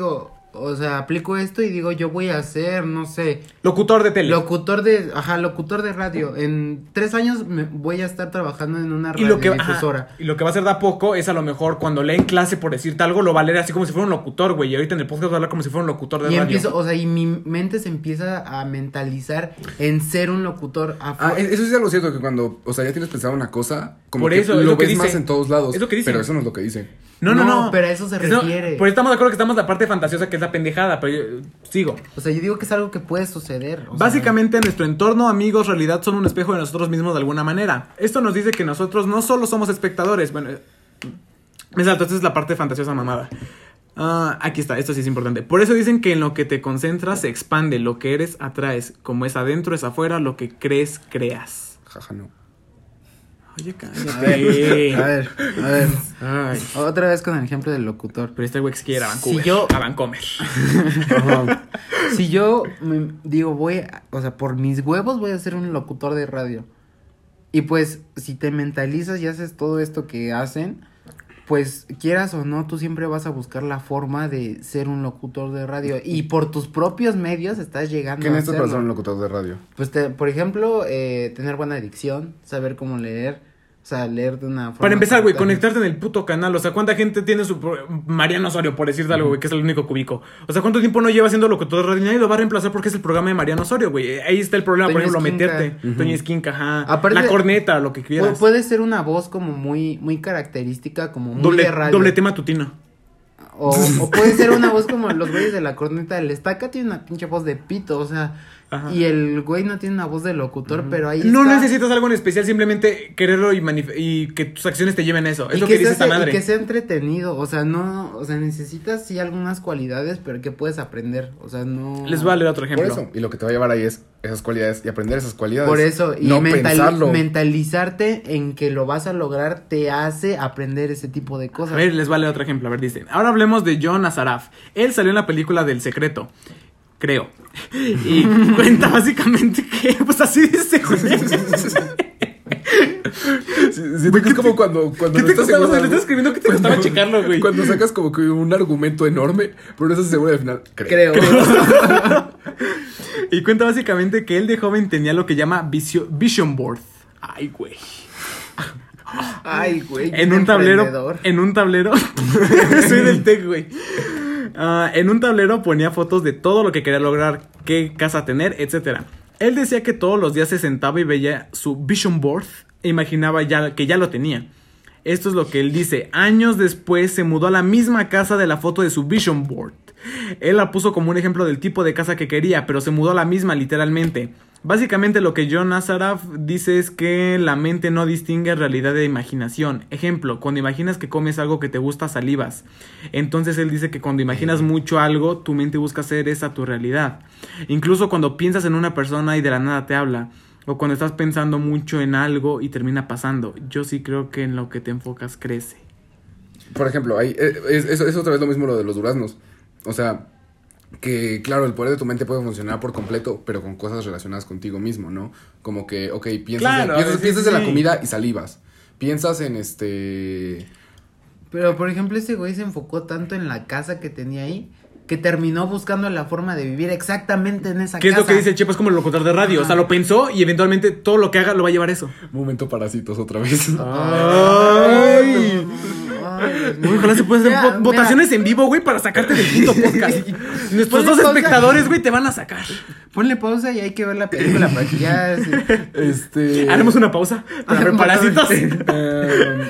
o sea, aplico esto y digo, yo voy a ser, no sé, Locutor de tele. locutor de, ajá, locutor de radio. En tres años me voy a estar trabajando en una y lo que, radiodifusora. ajá, y lo que va a hacer de a poco es a lo mejor cuando lee en clase por decirte algo lo va a leer así como si fuera un locutor, güey. Y ahorita en el podcast va a hablar como si fuera un locutor de Y radio. empiezo, o sea, y mi mente se empieza a mentalizar en ser un locutor. A Ah, eso sí es algo cierto, que cuando, o sea, ya tienes pensado una cosa, como Por que eso, es lo lo que ves dice. más en todos lados. Es lo que dice. Pero eso no es lo que dice. No, no, no. No, pero a eso se No, refiere. pues estamos de acuerdo que estamos en la parte fantasiosa que es la pendejada, pero yo sigo. O sea, yo digo que es algo que puede suceder. o sea, Básicamente nuestro entorno, amigos, realidad son un espejo de nosotros mismos de alguna manera. Esto nos dice que nosotros no solo somos espectadores. Bueno, eh, me salto, esta es la parte fantasiosa mamada. Ah, aquí está, esto sí es importante. Por eso dicen que en lo que te concentras se expande, lo que eres atraes. Como es adentro es afuera, lo que crees creas. Jaja, no. Oye, A cállate. ver, a ver, a ver. Ay, Otra vez con el ejemplo del locutor. pero este güey que se quiere ir a Vancouver. Si yo- A Vancomer. Si yo me digo, voy, a- o sea, por mis huevos voy a ser un locutor de radio. Y pues, si te mentalizas y haces todo esto que hacen, pues quieras o no, tú siempre vas a buscar la forma de ser un locutor de radio. Y por tus propios medios estás llegando ¿Qué a necesitas para ser hacerlo. un locutor de radio? Pues, te- por ejemplo, eh, tener buena dicción, saber cómo leer, o sea, leer de una forma... Para empezar, güey, correcta. conectarte en el puto canal. O sea, ¿cuánta gente tiene su... pro- Mariano Osorio, por decirte algo, güey, que es el único cubico? O sea, ¿cuánto tiempo no lleva siendo locutor de radio? Nadie lo va a reemplazar porque es el programa de Mariano Osorio, güey. Ahí está el problema, por Toño ejemplo, Esquinca. meterte. Ujú. Toño Esquinca, ajá. Aparte la de- corneta, lo que Pu- quieras. puede ser una voz como muy, muy característica, como muy doble, de radio. doble tema tutino. O, o puede ser una voz como los güeyes de la corneta del estaca tiene una pinche voz de pito, o sea, Ajá. y el güey no tiene una voz de locutor, pero ahí No está. necesitas algo en especial, simplemente quererlo y, manif- y que tus acciones te lleven a eso. Es Y lo que, que dice sea, esta madre. y que sea entretenido, o sea, no, o sea, necesitas sí algunas cualidades, pero que puedes aprender, o sea, no. Les voy a leer otro ejemplo. Por eso. Y lo que te va a llevar ahí es esas cualidades y aprender esas cualidades. Por eso, y no mental- pensarlo. mentalizarte en que lo vas a lograr te hace aprender ese tipo de cosas. A ver, les vale otro ejemplo. A ver, dice. Ahora hablemos de John Azaraf. Él salió en la película del Secreto. Creo. Y cuenta básicamente que, pues así dice, güey. Sí, siento que es como cuando, cuando ¿Qué no te estás costaba? seguro de Le algo. estás escribiendo que te Cuando- costaba checarlo, güey. Cuando sacas como que un argumento enorme, pero no estás seguro del final. Creo. Y cuenta básicamente que él de joven tenía lo que llama visio- vision board. Ay, güey. Ay, güey. En qué un tablero. emprendedor. En un tablero. Soy del tech, güey. Ah, en un tablero ponía fotos de todo lo que quería lograr, qué casa tener, etcétera. Él decía que todos los días se sentaba y veía su vision board e imaginaba ya que ya lo tenía. Esto es lo que él dice. Años después se mudó a la misma casa de la foto de su vision board. Él la puso como un ejemplo del tipo de casa que quería, pero se mudó a la misma literalmente. Básicamente lo que John Azaraf dice es que la mente no distingue realidad de imaginación. Ejemplo, cuando imaginas que comes algo que te gusta, salivas. Entonces él dice que cuando imaginas mucho algo, tu mente busca hacer esa tu realidad. Incluso cuando piensas en una persona y de la nada te habla. O cuando estás pensando mucho en algo y termina pasando. Yo sí creo que en lo que te enfocas crece. Por ejemplo, ahí, eh, es, es, es otra vez lo mismo lo de los duraznos. O sea, que claro, el poder de tu mente puede funcionar por completo, pero con cosas relacionadas contigo mismo, ¿no? Como que, ok, piensas, Claro, en, piensas, sí, piensas sí. en la comida y salivas. Piensas en este... Pero, por ejemplo, ese güey se enfocó tanto en la casa que tenía ahí que terminó buscando la forma de vivir exactamente en esa ¿Qué es casa. lo que dice el Chepo? Es como el locutor de radio. O sea, Ajá. lo pensó y eventualmente todo lo que haga lo va a llevar a eso. Momento parásitos otra vez. Ay. Ay, Dios Uy, mío. ojalá se puedan hacer Mira, vo- votaciones en vivo, güey, para sacarte del puto podcast. Nuestros Ponle dos pausa. espectadores, güey, te van a sacar. Ponle pausa y hay que ver la película para que ya... se- Este... Haremos una pausa para ver parásitos. Em,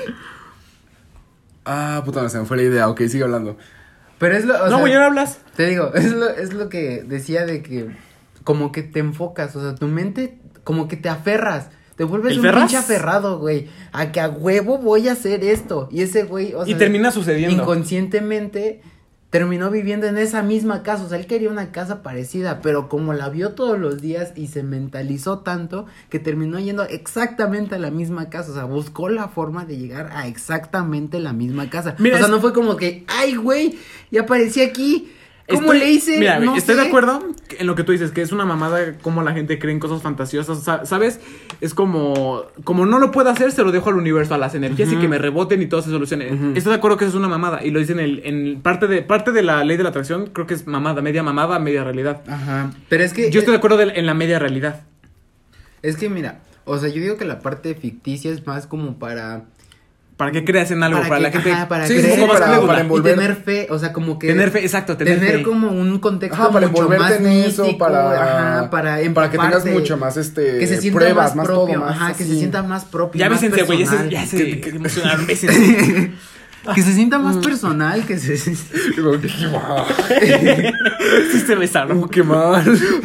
ah, puta, se me fue la idea. Ok, sigue hablando. Pero es lo... o No, sea, güey, ya no hablas. Te digo, es lo, es lo que decía de que como que te enfocas, o sea, tu mente como que te aferras. Te vuelves ¿El un ferras? pinche aferrado, güey. A que a huevo voy a hacer esto. Y ese güey, o sea, Y termina sucediendo. inconscientemente terminó viviendo en esa misma casa. O sea, él quería una casa parecida, pero como la vio todos los días y se mentalizó tanto que terminó yendo exactamente a la misma casa. O sea, buscó la forma de llegar a exactamente la misma casa. Mira, o sea, es- no fue como que, ay, güey, ya aparecí aquí. ¿Cómo Estoy- le hice? Mira, No estoy sé. de acuerdo en lo que tú dices, que es una mamada como la gente cree en cosas fantasiosas, sa- ¿sabes? Es como, como no lo puedo hacer, se lo dejo al universo, a las energías y que me reboten y todo se solucione. Ujú. Estoy de acuerdo que eso es una mamada y lo dicen en, el- en parte, de, parte de la ley de la atracción, creo que es mamada, media mamada, media realidad. Ajá. Pero es que. Yo estoy de acuerdo de- en la media realidad. Es que mira, o sea, yo digo que la parte ficticia es más como para. ¿Para qué creas en algo? Para, que- la gente... ajá, para Sí, creer, sí, para- para, para y envolver- tener fe, o sea, como que Tener fe, exacto, tener, fe. como un contexto Ajá, para mucho envolverte más en eso, místico, para, ajá, para para que tengas empaparte, mucho más este que se sienta pruebas, más más propio, todo, más ajá, que se así. sienta más propio, Ya más bésense, güey, ya se, personal. ya se que emocionaron, bésense. Que se sienta Mm. más personal, que se Digo, qué mal. Sí se besaron. Uh, qué mal.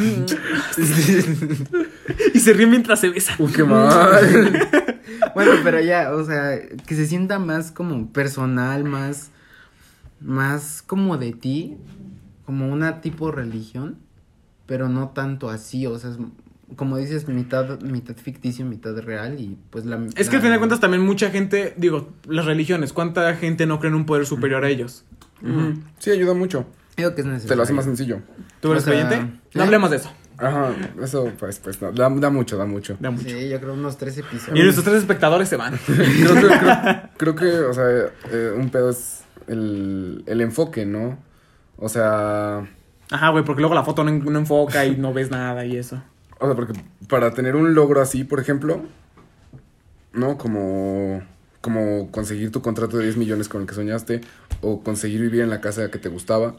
Y se ríen mientras se besan. Uh, qué mal. Bueno, pero ya, o sea, que se sienta más como personal, más más como de ti, como una tipo religión, pero no tanto así, o sea, es, como dices, mitad mitad ficticio, mitad real y pues la Es que al la- final de cuentas también mucha gente, digo, las religiones, ¿cuánta gente no cree en un poder superior a ellos? Ujú. Sí, ayuda mucho. Digo que es necesario. Te lo hace más sencillo. ¿Tú eres O sea, creyente? No ¿eh? hablemos de eso. Ajá, eso pues, pues no, da, da mucho, da mucho. Da mucho. Sí, yo creo unos tres episodios. Y nuestros tres espectadores se van. Creo que, creo, creo que, o sea, eh, un pedo es el, el enfoque, ¿no? O sea, Ajá, güey, porque luego la foto no, no enfoca y no ves nada y eso. o sea, porque para tener un logro así, por ejemplo, ¿no? Como, como conseguir tu contrato de diez millones con el que soñaste o conseguir vivir en la casa que te gustaba,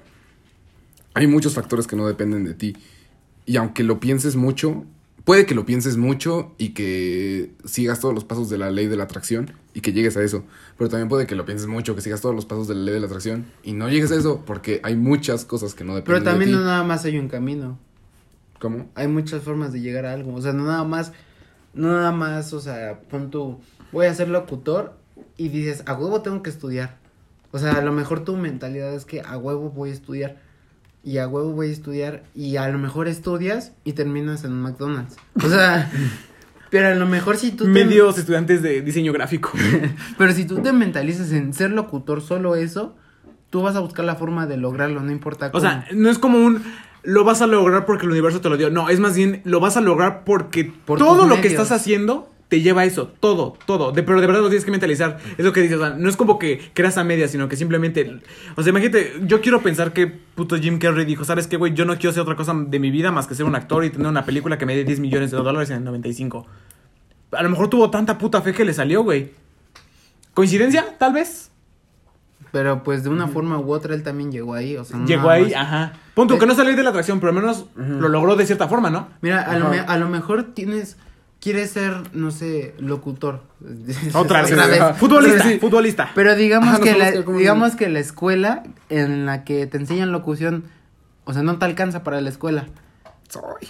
hay muchos factores que no dependen de ti. Y aunque lo pienses mucho, puede que lo pienses mucho y que sigas todos los pasos de la ley de la atracción y que llegues a eso. Pero también puede que lo pienses mucho, que sigas todos los pasos de la ley de la atracción y no llegues a eso porque hay muchas cosas que no dependen Pero también de no ti. nada más hay un camino. ¿Cómo? Hay muchas formas de llegar a algo. O sea, no nada más, no nada más, o sea, pon tu, voy a ser locutor y dices, a huevo tengo que estudiar. O sea, a lo mejor tu mentalidad es que a huevo voy a estudiar. Y a huevo voy a estudiar. Y a lo mejor estudias y terminas en un McDonald's. O sea, pero a lo mejor si tú te... Medios estudiantes de diseño gráfico. Pero si tú te mentalizas en ser locutor, solo eso, tú vas a buscar la forma de lograrlo, no importa O cómo. sea, no es como un... Lo vas a lograr porque el universo te lo dio. No, es más bien, lo vas a lograr porque Por todo tus lo que medios. estás haciendo te lleva a eso. Todo, todo. De, pero de verdad lo tienes que mentalizar. Es lo que dices. O sea, no es como que creas a media, sino que simplemente... O sea, imagínate, yo quiero pensar que puto Jim Carrey dijo, ¿sabes qué, güey? Yo no quiero hacer otra cosa de mi vida más que ser un actor y tener una película que me dé diez millones de dólares en el noventa y cinco. A lo mejor tuvo tanta puta fe que le salió, güey. ¿Coincidencia? Tal vez. Pero pues de una forma u otra él también llegó ahí, o sea, no Llegó nada ahí, más. ajá. Punto, que no salió de la atracción, pero al menos lo logró de cierta forma, ¿no? Mira, a lo, Ajá. me- a lo mejor tienes, quieres ser, no sé, locutor. Otra vez. Ajá. Futbolista, Sí, sí. futbolista. Pero digamos Ajá, nos que vamos a la, quedar como digamos en- que la escuela en la que te enseñan locución, o sea, no te alcanza para la escuela. Soy.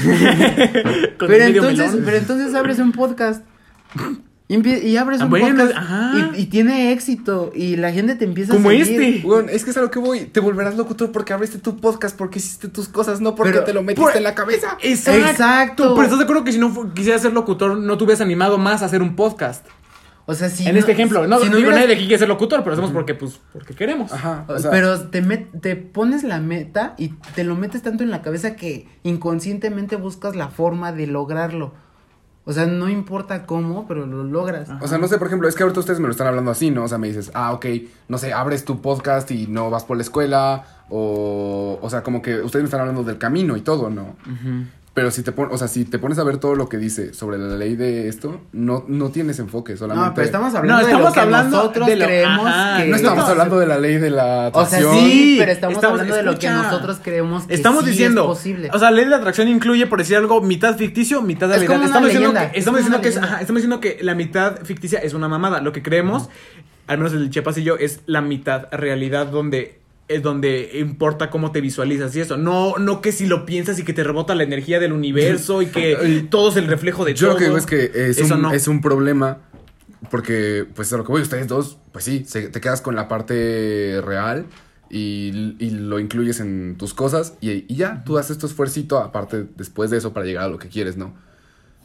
Con Pero el medio entonces, melón. pero entonces abres un podcast. Y, empie- y abres Ah, un bueno, podcast ajá. y, y tiene éxito y la gente te empieza Como a seguir. este. Bueno, es que es a lo que voy. Te volverás locutor porque abriste tu podcast, porque hiciste tus cosas, no porque Pero- te lo metiste por- en la cabeza. Exacto. Exacto. Pero estás de acuerdo que si no fu- quisieras ser locutor, no te hubieras animado más a hacer un podcast. O sea, si en no- este ejemplo, no, si digo, hubieras- nadie de aquí quiere ser locutor, pero lo hacemos porque, pues, porque queremos. Ajá. O sea, pero te, met- te pones la meta y te lo metes tanto en la cabeza que inconscientemente buscas la forma de lograrlo. O sea, no importa cómo, pero lo logras. O sea, no sé, por ejemplo, es que ahorita ustedes me lo están hablando así, ¿no? O sea, me dices, ah, ok, no sé, abres tu podcast y no vas por la escuela, o, o sea, como que ustedes me están hablando del camino y todo, ¿no? Pero si te pones, o sea, si te pones a ver todo lo que dice sobre la ley de esto, no, no tienes enfoque, solamente... No, pero estamos hablando No, de estamos lo que hablando nosotros de lo- creemos ajá, que... No estamos No, hablando de la ley de la O sea, atracción. sí, pero estamos, Estamos- hablando de lo que escucha. nosotros creemos que Estamos sí diciendo, es posible. o sea, la ley de la atracción incluye, por decir algo, mitad ficticio, mitad Es realidad. como una Estamos diciendo leyenda, que, es estamos como diciendo una que es, leyenda. ajá, estamos diciendo que la mitad ficticia es una mamada. Lo que creemos, al menos el Chepas y yo, es la mitad realidad donde es donde importa cómo te visualizas y eso. No, no que si lo piensas y que te rebota la energía del universo y que todo es el reflejo de Yo todo. lo que digo es que es, Eso un, no. es un problema porque, pues, a lo que voy, ustedes dos, pues sí, se- te quedas con la parte real y, y lo incluyes en tus cosas y, y ya, tú haces tu esfuercito aparte después de eso para llegar a lo que quieres, ¿no?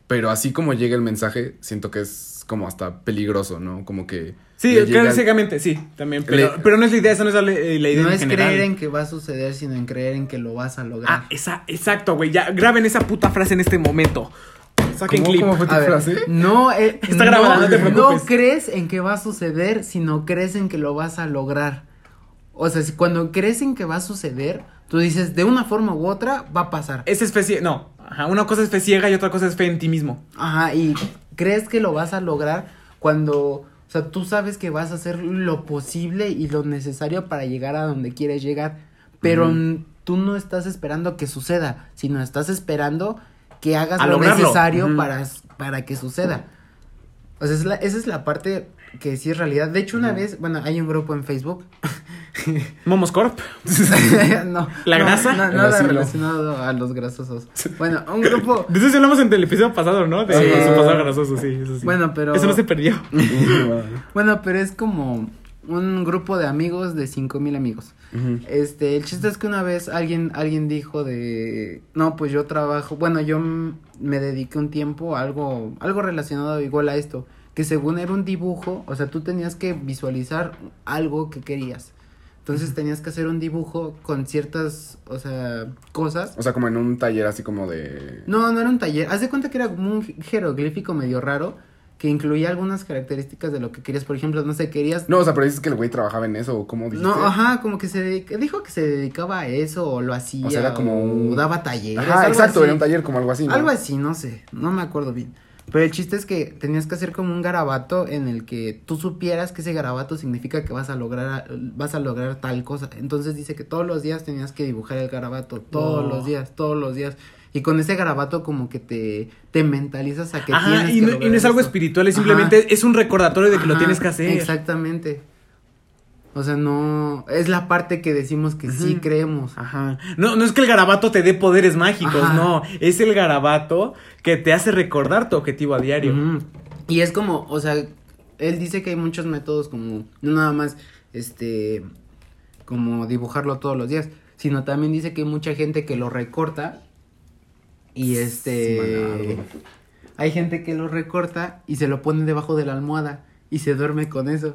Pero así como llega el mensaje, siento que es como hasta peligroso, ¿no? Como que... Sí, le creer llega- ciegamente, sí, también. Pero, Le- pero no es la idea, esa no es la, la idea No en es general. creer en que va a suceder, sino en creer en que lo vas a lograr. Ah, esa, exacto, güey. Ya graben esa puta frase en este momento. Saquen ¿Cómo, clip. cómo fue tu A ver, frase? no, eh, Está grabada, no te preocupes. no crees en que va a suceder, sino crees en que lo vas a lograr. O sea, si cuando crees en que va a suceder, tú dices, de una forma u otra, va a pasar. Esa es fe ciega. No, ajá, una cosa es fe ciega y otra cosa es fe en ti mismo. Ajá, y crees que lo vas a lograr cuando, o sea, tú sabes que vas a hacer lo posible y lo necesario para llegar a donde quieres llegar, pero Ujú. n- tú no estás esperando que suceda, sino estás esperando que hagas A lo lograrlo. necesario Ujú. para, para que suceda. O sea, es la- esa es la parte que sí es realidad. De hecho, una vez, bueno, hay un grupo en Facebook. Momos Corp. no, ¿La no, grasa? no, El nada asilo. relacionado a los grasosos. Bueno, un grupo. De eso sí hablamos en el episodio pasado, ¿no? De Sí. su pasado grasoso, sí, eso sí. Bueno, pero. Eso no se perdió. Bueno, pero es como un grupo de amigos de cinco mil amigos. Ujú. Este, el chiste es que una vez alguien, alguien dijo de, no, pues yo trabajo, bueno, yo m- me dediqué un tiempo a algo, algo relacionado igual a esto, que según era un dibujo, o sea, tú tenías que visualizar algo que querías. Entonces tenías que hacer un dibujo con ciertas, o sea, cosas. O sea, como en un taller así como de... No, no era un taller. Haz de cuenta que era como un jeroglífico medio raro que incluía algunas características de lo que querías. Por ejemplo, no sé, querías... No, o sea, pero dices que el güey trabajaba en eso, ¿o cómo dijiste? No, ajá, como que se dedica- dijo que se dedicaba a eso o lo hacía. O sea, era como un- o daba talleres. Ajá, algo exacto, así. era un taller como algo así, ¿no? Algo así, no sé, no me acuerdo bien. Pero el chiste es que tenías que hacer como un garabato en el que tú supieras que ese garabato significa que vas a lograr vas a lograr tal cosa. Entonces dice que todos los días tenías que dibujar el garabato, todos Oh. los días, todos los días. Y con ese garabato como que te, te mentalizas a que Ajá, tienes y que no, y lograr no es algo eso. espiritual, es simplemente es un recordatorio de que lo Ajá, tienes que hacer. Exactamente. O sea, no, es la parte que decimos que sí Ujú. creemos. Ajá. No, no es que el garabato te dé poderes mágicos, Ajá. no. Es el garabato que te hace recordar tu objetivo a diario. Ujú. Y es como, o sea, él dice que hay muchos métodos como, no nada más, este, como dibujarlo todos los días, sino también dice que hay mucha gente que lo recorta y este, Manado. hay gente que lo recorta y se lo pone debajo de la almohada y se duerme con eso.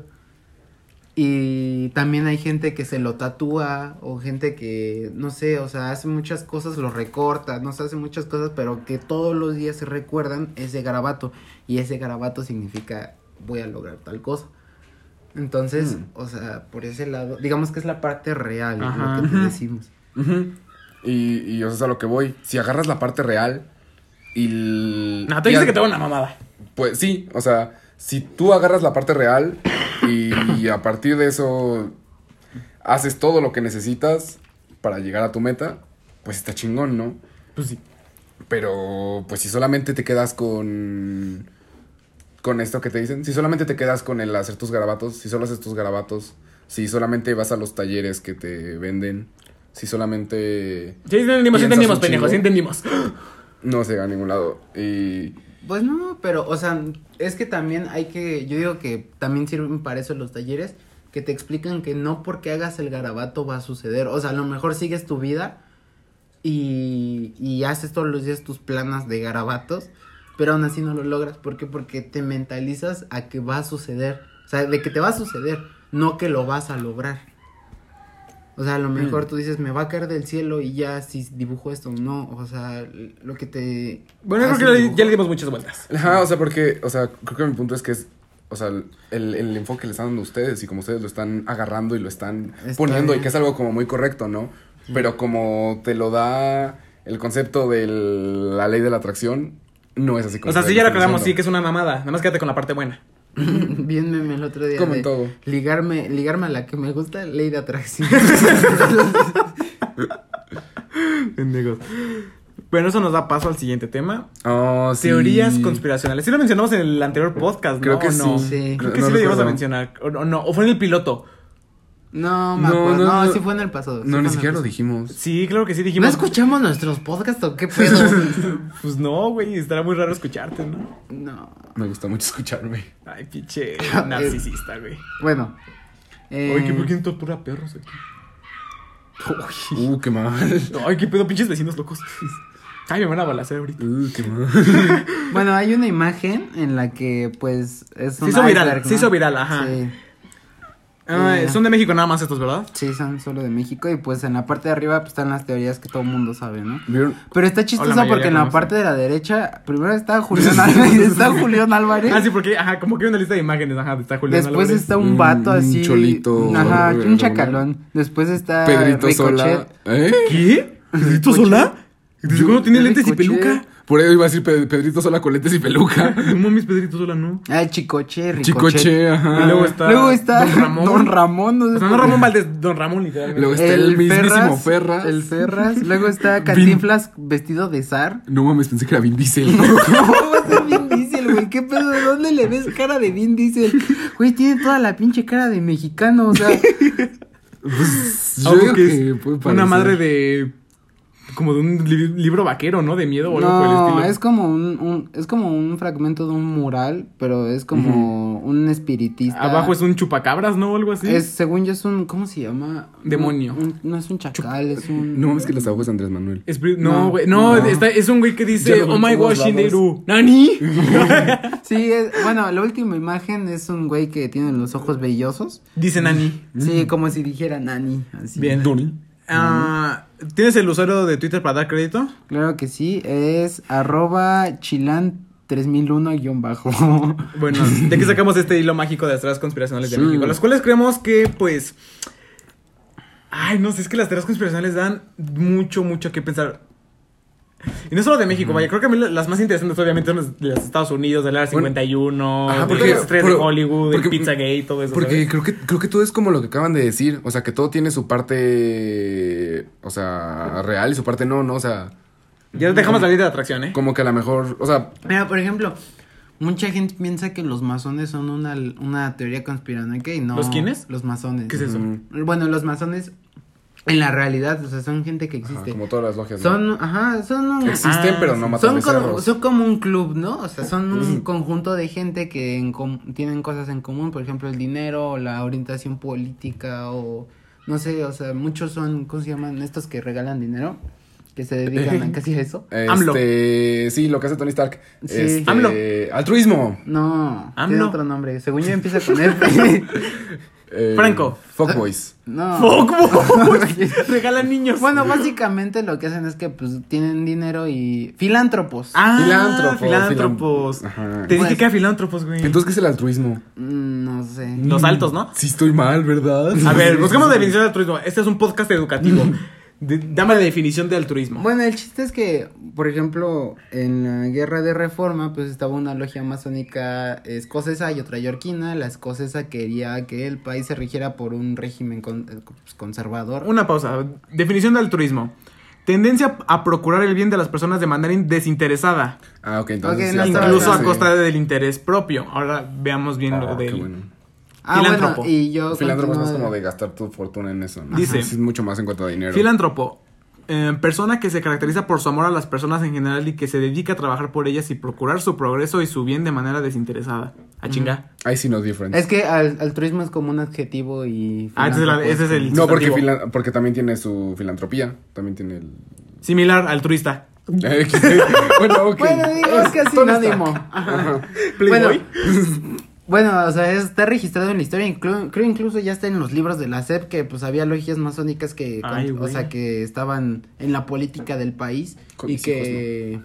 Y también hay gente que se lo tatúa o gente que, no sé, o sea, hace muchas cosas, lo recorta, no sé, hace muchas cosas, pero que todos los días se recuerdan ese garabato. Y ese garabato significa, voy a lograr tal cosa. Entonces, Mm. o sea, por ese lado, digamos que es la parte real, es Ajá. lo que te Ujú. decimos. Ujú. Y, y o sea, es a lo que voy. Si agarras la parte real y... l- No, te y dice al- que te hago una mamada. Pues sí, o sea, si tú agarras la parte real y, y a partir de eso haces todo lo que necesitas para llegar a tu meta, pues está chingón, ¿no? Pues sí. Pero, pues si solamente te quedas con... Con esto que te dicen, si solamente te quedas con el hacer tus garabatos, si solo haces tus garabatos, si solamente vas a los talleres que te venden, si solamente Sí, entendimos, sí piensas entendimos, un pendejo, sí chingo, entendimos. no se va a ningún lado. Y... Pues no, pero, o sea, es que también hay que, yo digo que también sirven para eso los talleres, que te explican que no porque hagas el garabato va a suceder, o sea, a lo mejor sigues tu vida y, y haces todos los días tus planas de garabatos, pero aún así no lo logras, ¿por qué? Porque te mentalizas a que va a suceder, o sea, de que te va a suceder, no que lo vas a lograr. O sea, a lo mejor Mm. tú dices, me va a caer del cielo y ya si dibujo esto, no, o sea, lo que te... Bueno, hace creo que el ya, dibujo- ya le dimos muchas vueltas. Ajá, o sea, porque, o sea, creo que mi punto es que es, o sea, el, el enfoque que le están dando ustedes y como ustedes lo están agarrando y lo están Está poniendo bien. y que es algo como muy correcto, ¿no? Pero como te lo da el concepto de la ley de la atracción, no es así como O sea, ustedes sí ya lo están aclaramos, sí diciendo. que es una mamada. Nada más quédate con la parte buena. Bien meme el otro día Como en de todo. ligarme, ligarme a la que me gusta, ley de atracción. Pendejos. Bueno, eso nos da paso al siguiente tema. Oh, sí. Teorías conspiracionales. Sí lo mencionamos en el anterior podcast, ¿no? Creo que ¿O no? sí. Sí. Creo que No sí lo llegamos a recuerdo. mencionar. O, o no, o fue en el piloto. No, me No, acuerdo. no, No, no. sí fue en el pasado. sí No, fue ni en el siquiera lo pasado. dijimos. Sí, claro que sí ¿No dijimos. escuchamos nuestros podcasts o qué pedo? Pues no, güey, estará muy raro escucharte, ¿no? No. Me gusta mucho escucharme. Ay, pinche narcisista, güey. Bueno. Eh, Ay, ¿qué, ¿por qué tortura a perros aquí? Uy. Uh, qué mal. Ay, qué pedo, pinches vecinos locos. Ay, me van a balacer ahorita. Uh, qué mal. Bueno, hay una imagen en la que, pues, es un Se hizo viral, iceberg, ¿no? se hizo viral, ajá. Sí. Ah, Eh. son de México nada más estos, ¿verdad? Sí, son solo de México y pues en la parte de arriba pues, están las teorías que todo el mundo sabe, ¿no? ¿Vieron? Pero está O la chistoso mayoría porque en la conoce. parte de la derecha, primero está Julián Álvarez, está Julián Álvarez. Ah, sí, porque, ajá, como que hay una lista de imágenes, ajá, está Julián Después Álvarez. está un Un- vato un así. cholito. Ajá, un Regular. chacalón. Después está Pedrito Ricochet. Sola. ¿Eh? ¿Qué? ¿Pedrito Ricochet. Sola? ¿Desde cuándo tiene lentes y Ricochet. peluca? Por eso iba a decir Pe- Pedrito Sola con lentes y peluca. No mames, Pedrito Sola, no. Ah, Chicoche, Ricochet. Chicoche, ajá. Y luego está Luego está Don Ramón. Don Ramón, no sé O sea, por no qué. Ramón Valdés, Don Ramón, literalmente. Luego está el, mismísimo Ferras. El Ferras. Luego está Cantinflas vestido de zar. No mames, pensé que era Vin Diesel. ¿Cómo va a ser Vin Diesel, güey? ¿Qué pedo? ¿De dónde le ves cara de Vin Diesel? Güey, tiene toda la pinche cara de mexicano, o sea. Pues, yo Algo digo que que es puede una parecer. madre de... Como de un li- libro vaquero, ¿no? De miedo o algo por el No, estilo. es como un, un, es como un fragmento de un mural, pero es como un espiritista. Abajo es un chupacabras, ¿no? O algo así. Es, según yo, es un, ¿cómo se llama? Demonio. Un- un- no es un chacal, es un... No mames que los aguas de Andrés Manuel. Espíritu- No, no, güey. No, no. Está, es un güey que Ya dice, lo vi oh my en todos gosh, lados. Shinderu. ¿Nani? Sí, es, bueno, la última imagen es un güey que tiene los ojos vellosos. Dice Nani. Sí, como si dijera Nani, así. Bien. Doni. Ah, ¿Tienes el usuario de Twitter para dar crédito? Claro que sí, es arroba chilan tres mil uno guión bajo. Bueno, de aquí sacamos este hilo mágico de las teorías conspiracionales de Sí. México, las cuales creemos que, pues... Ay, no sé, es que las teorías conspiracionales dan mucho, mucho que pensar. Y no solo de México, vaya, creo que a mí las más interesantes obviamente son las de los Estados Unidos, del Área cincuenta y uno, Ajá, de porque- las estrellas de por- Hollywood, porque- del Pizzagate, todo eso. Porque ¿sabes? creo que, creo que todo es como lo que acaban de decir. O sea, que todo tiene su parte. O sea, real y su parte no, ¿no? O sea, Ya dejamos la ley de la atracción, ¿eh? como que a lo mejor. O sea, Mira, por ejemplo, mucha gente piensa que los masones son una, una teoría conspiranoica y no. ¿Los quiénes? Los masones. ¿Qué es eso? mm, Bueno, los masones, en la realidad, o sea, son gente que ajá, existe. como todas las logias. ¿no? Son, ajá, son un... Existen, Ah, pero no sí. matan Son como, becerros. son como un club, ¿no? O sea, son un Mm. conjunto de gente que en com- tienen cosas en común, por ejemplo, el dinero, o la orientación política, o no sé, o sea, muchos son, ¿cómo se llaman? Estos que regalan dinero, que se dedican a casi a eso. AMLO. Este, sí, lo que hace Tony Stark. Sí. Este, AMLO. Altruismo. No, tiene AMLO. otro nombre. Según yo empieza con F. Eh, Franco. Fuckboys. No. Regalan niños. Bueno, básicamente lo que hacen es que pues tienen dinero y filántropos. Ah, Filántropo, filántropos. filan- Ajá. Te dije Pues- que era filántropos, güey. Entonces, ¿qué es el altruismo? Mm, No sé. Los altos, ¿no? Sí estoy mal, ¿verdad? A ver, buscamos la definición de altruismo. Este es un podcast educativo. De- dame la definición de altruismo. Bueno, el chiste es que, por ejemplo, en la guerra de reforma, pues estaba una logia masónica escocesa y otra yorquina. La escocesa quería que el país se rigiera por un régimen con- eh, pues, conservador. Una pausa. Definición de altruismo. Tendencia a procurar el bien de las personas de manera in- desinteresada. Ah, ok, entonces. Ok, sí, no hasta estaba- Incluso ahora a sí. costa del interés propio. Ahora veamos bien lo Ah, qué del... bueno. Ah, filántropo. bueno, y yo Filántropo es más continúo- como de gastar tu fortuna en eso, ¿no? Dice- Sí, es mucho más en cuanto a dinero. Filántropo. Eh, persona que se caracteriza por su amor a las personas en general y que se dedica a trabajar por ellas y procurar su progreso y su bien de manera desinteresada. A chinga. I see no difference. Es que al- altruismo es como un adjetivo y... Ah, ese es, la- ese es el... No, porque, sustantivo. filan- porque también tiene su filantropía. También tiene el. Similar altruista. Eh, bueno, ok. Bueno, digo, es que es Tony sinónimo. Stark. Ajá. Playboy. Bueno, o sea, está registrado en la historia, inclu- creo incluso ya está en los libros de la S E P que pues había logias masónicas que, con- Ay, o güey. sea, que estaban en la política del país Con y mis que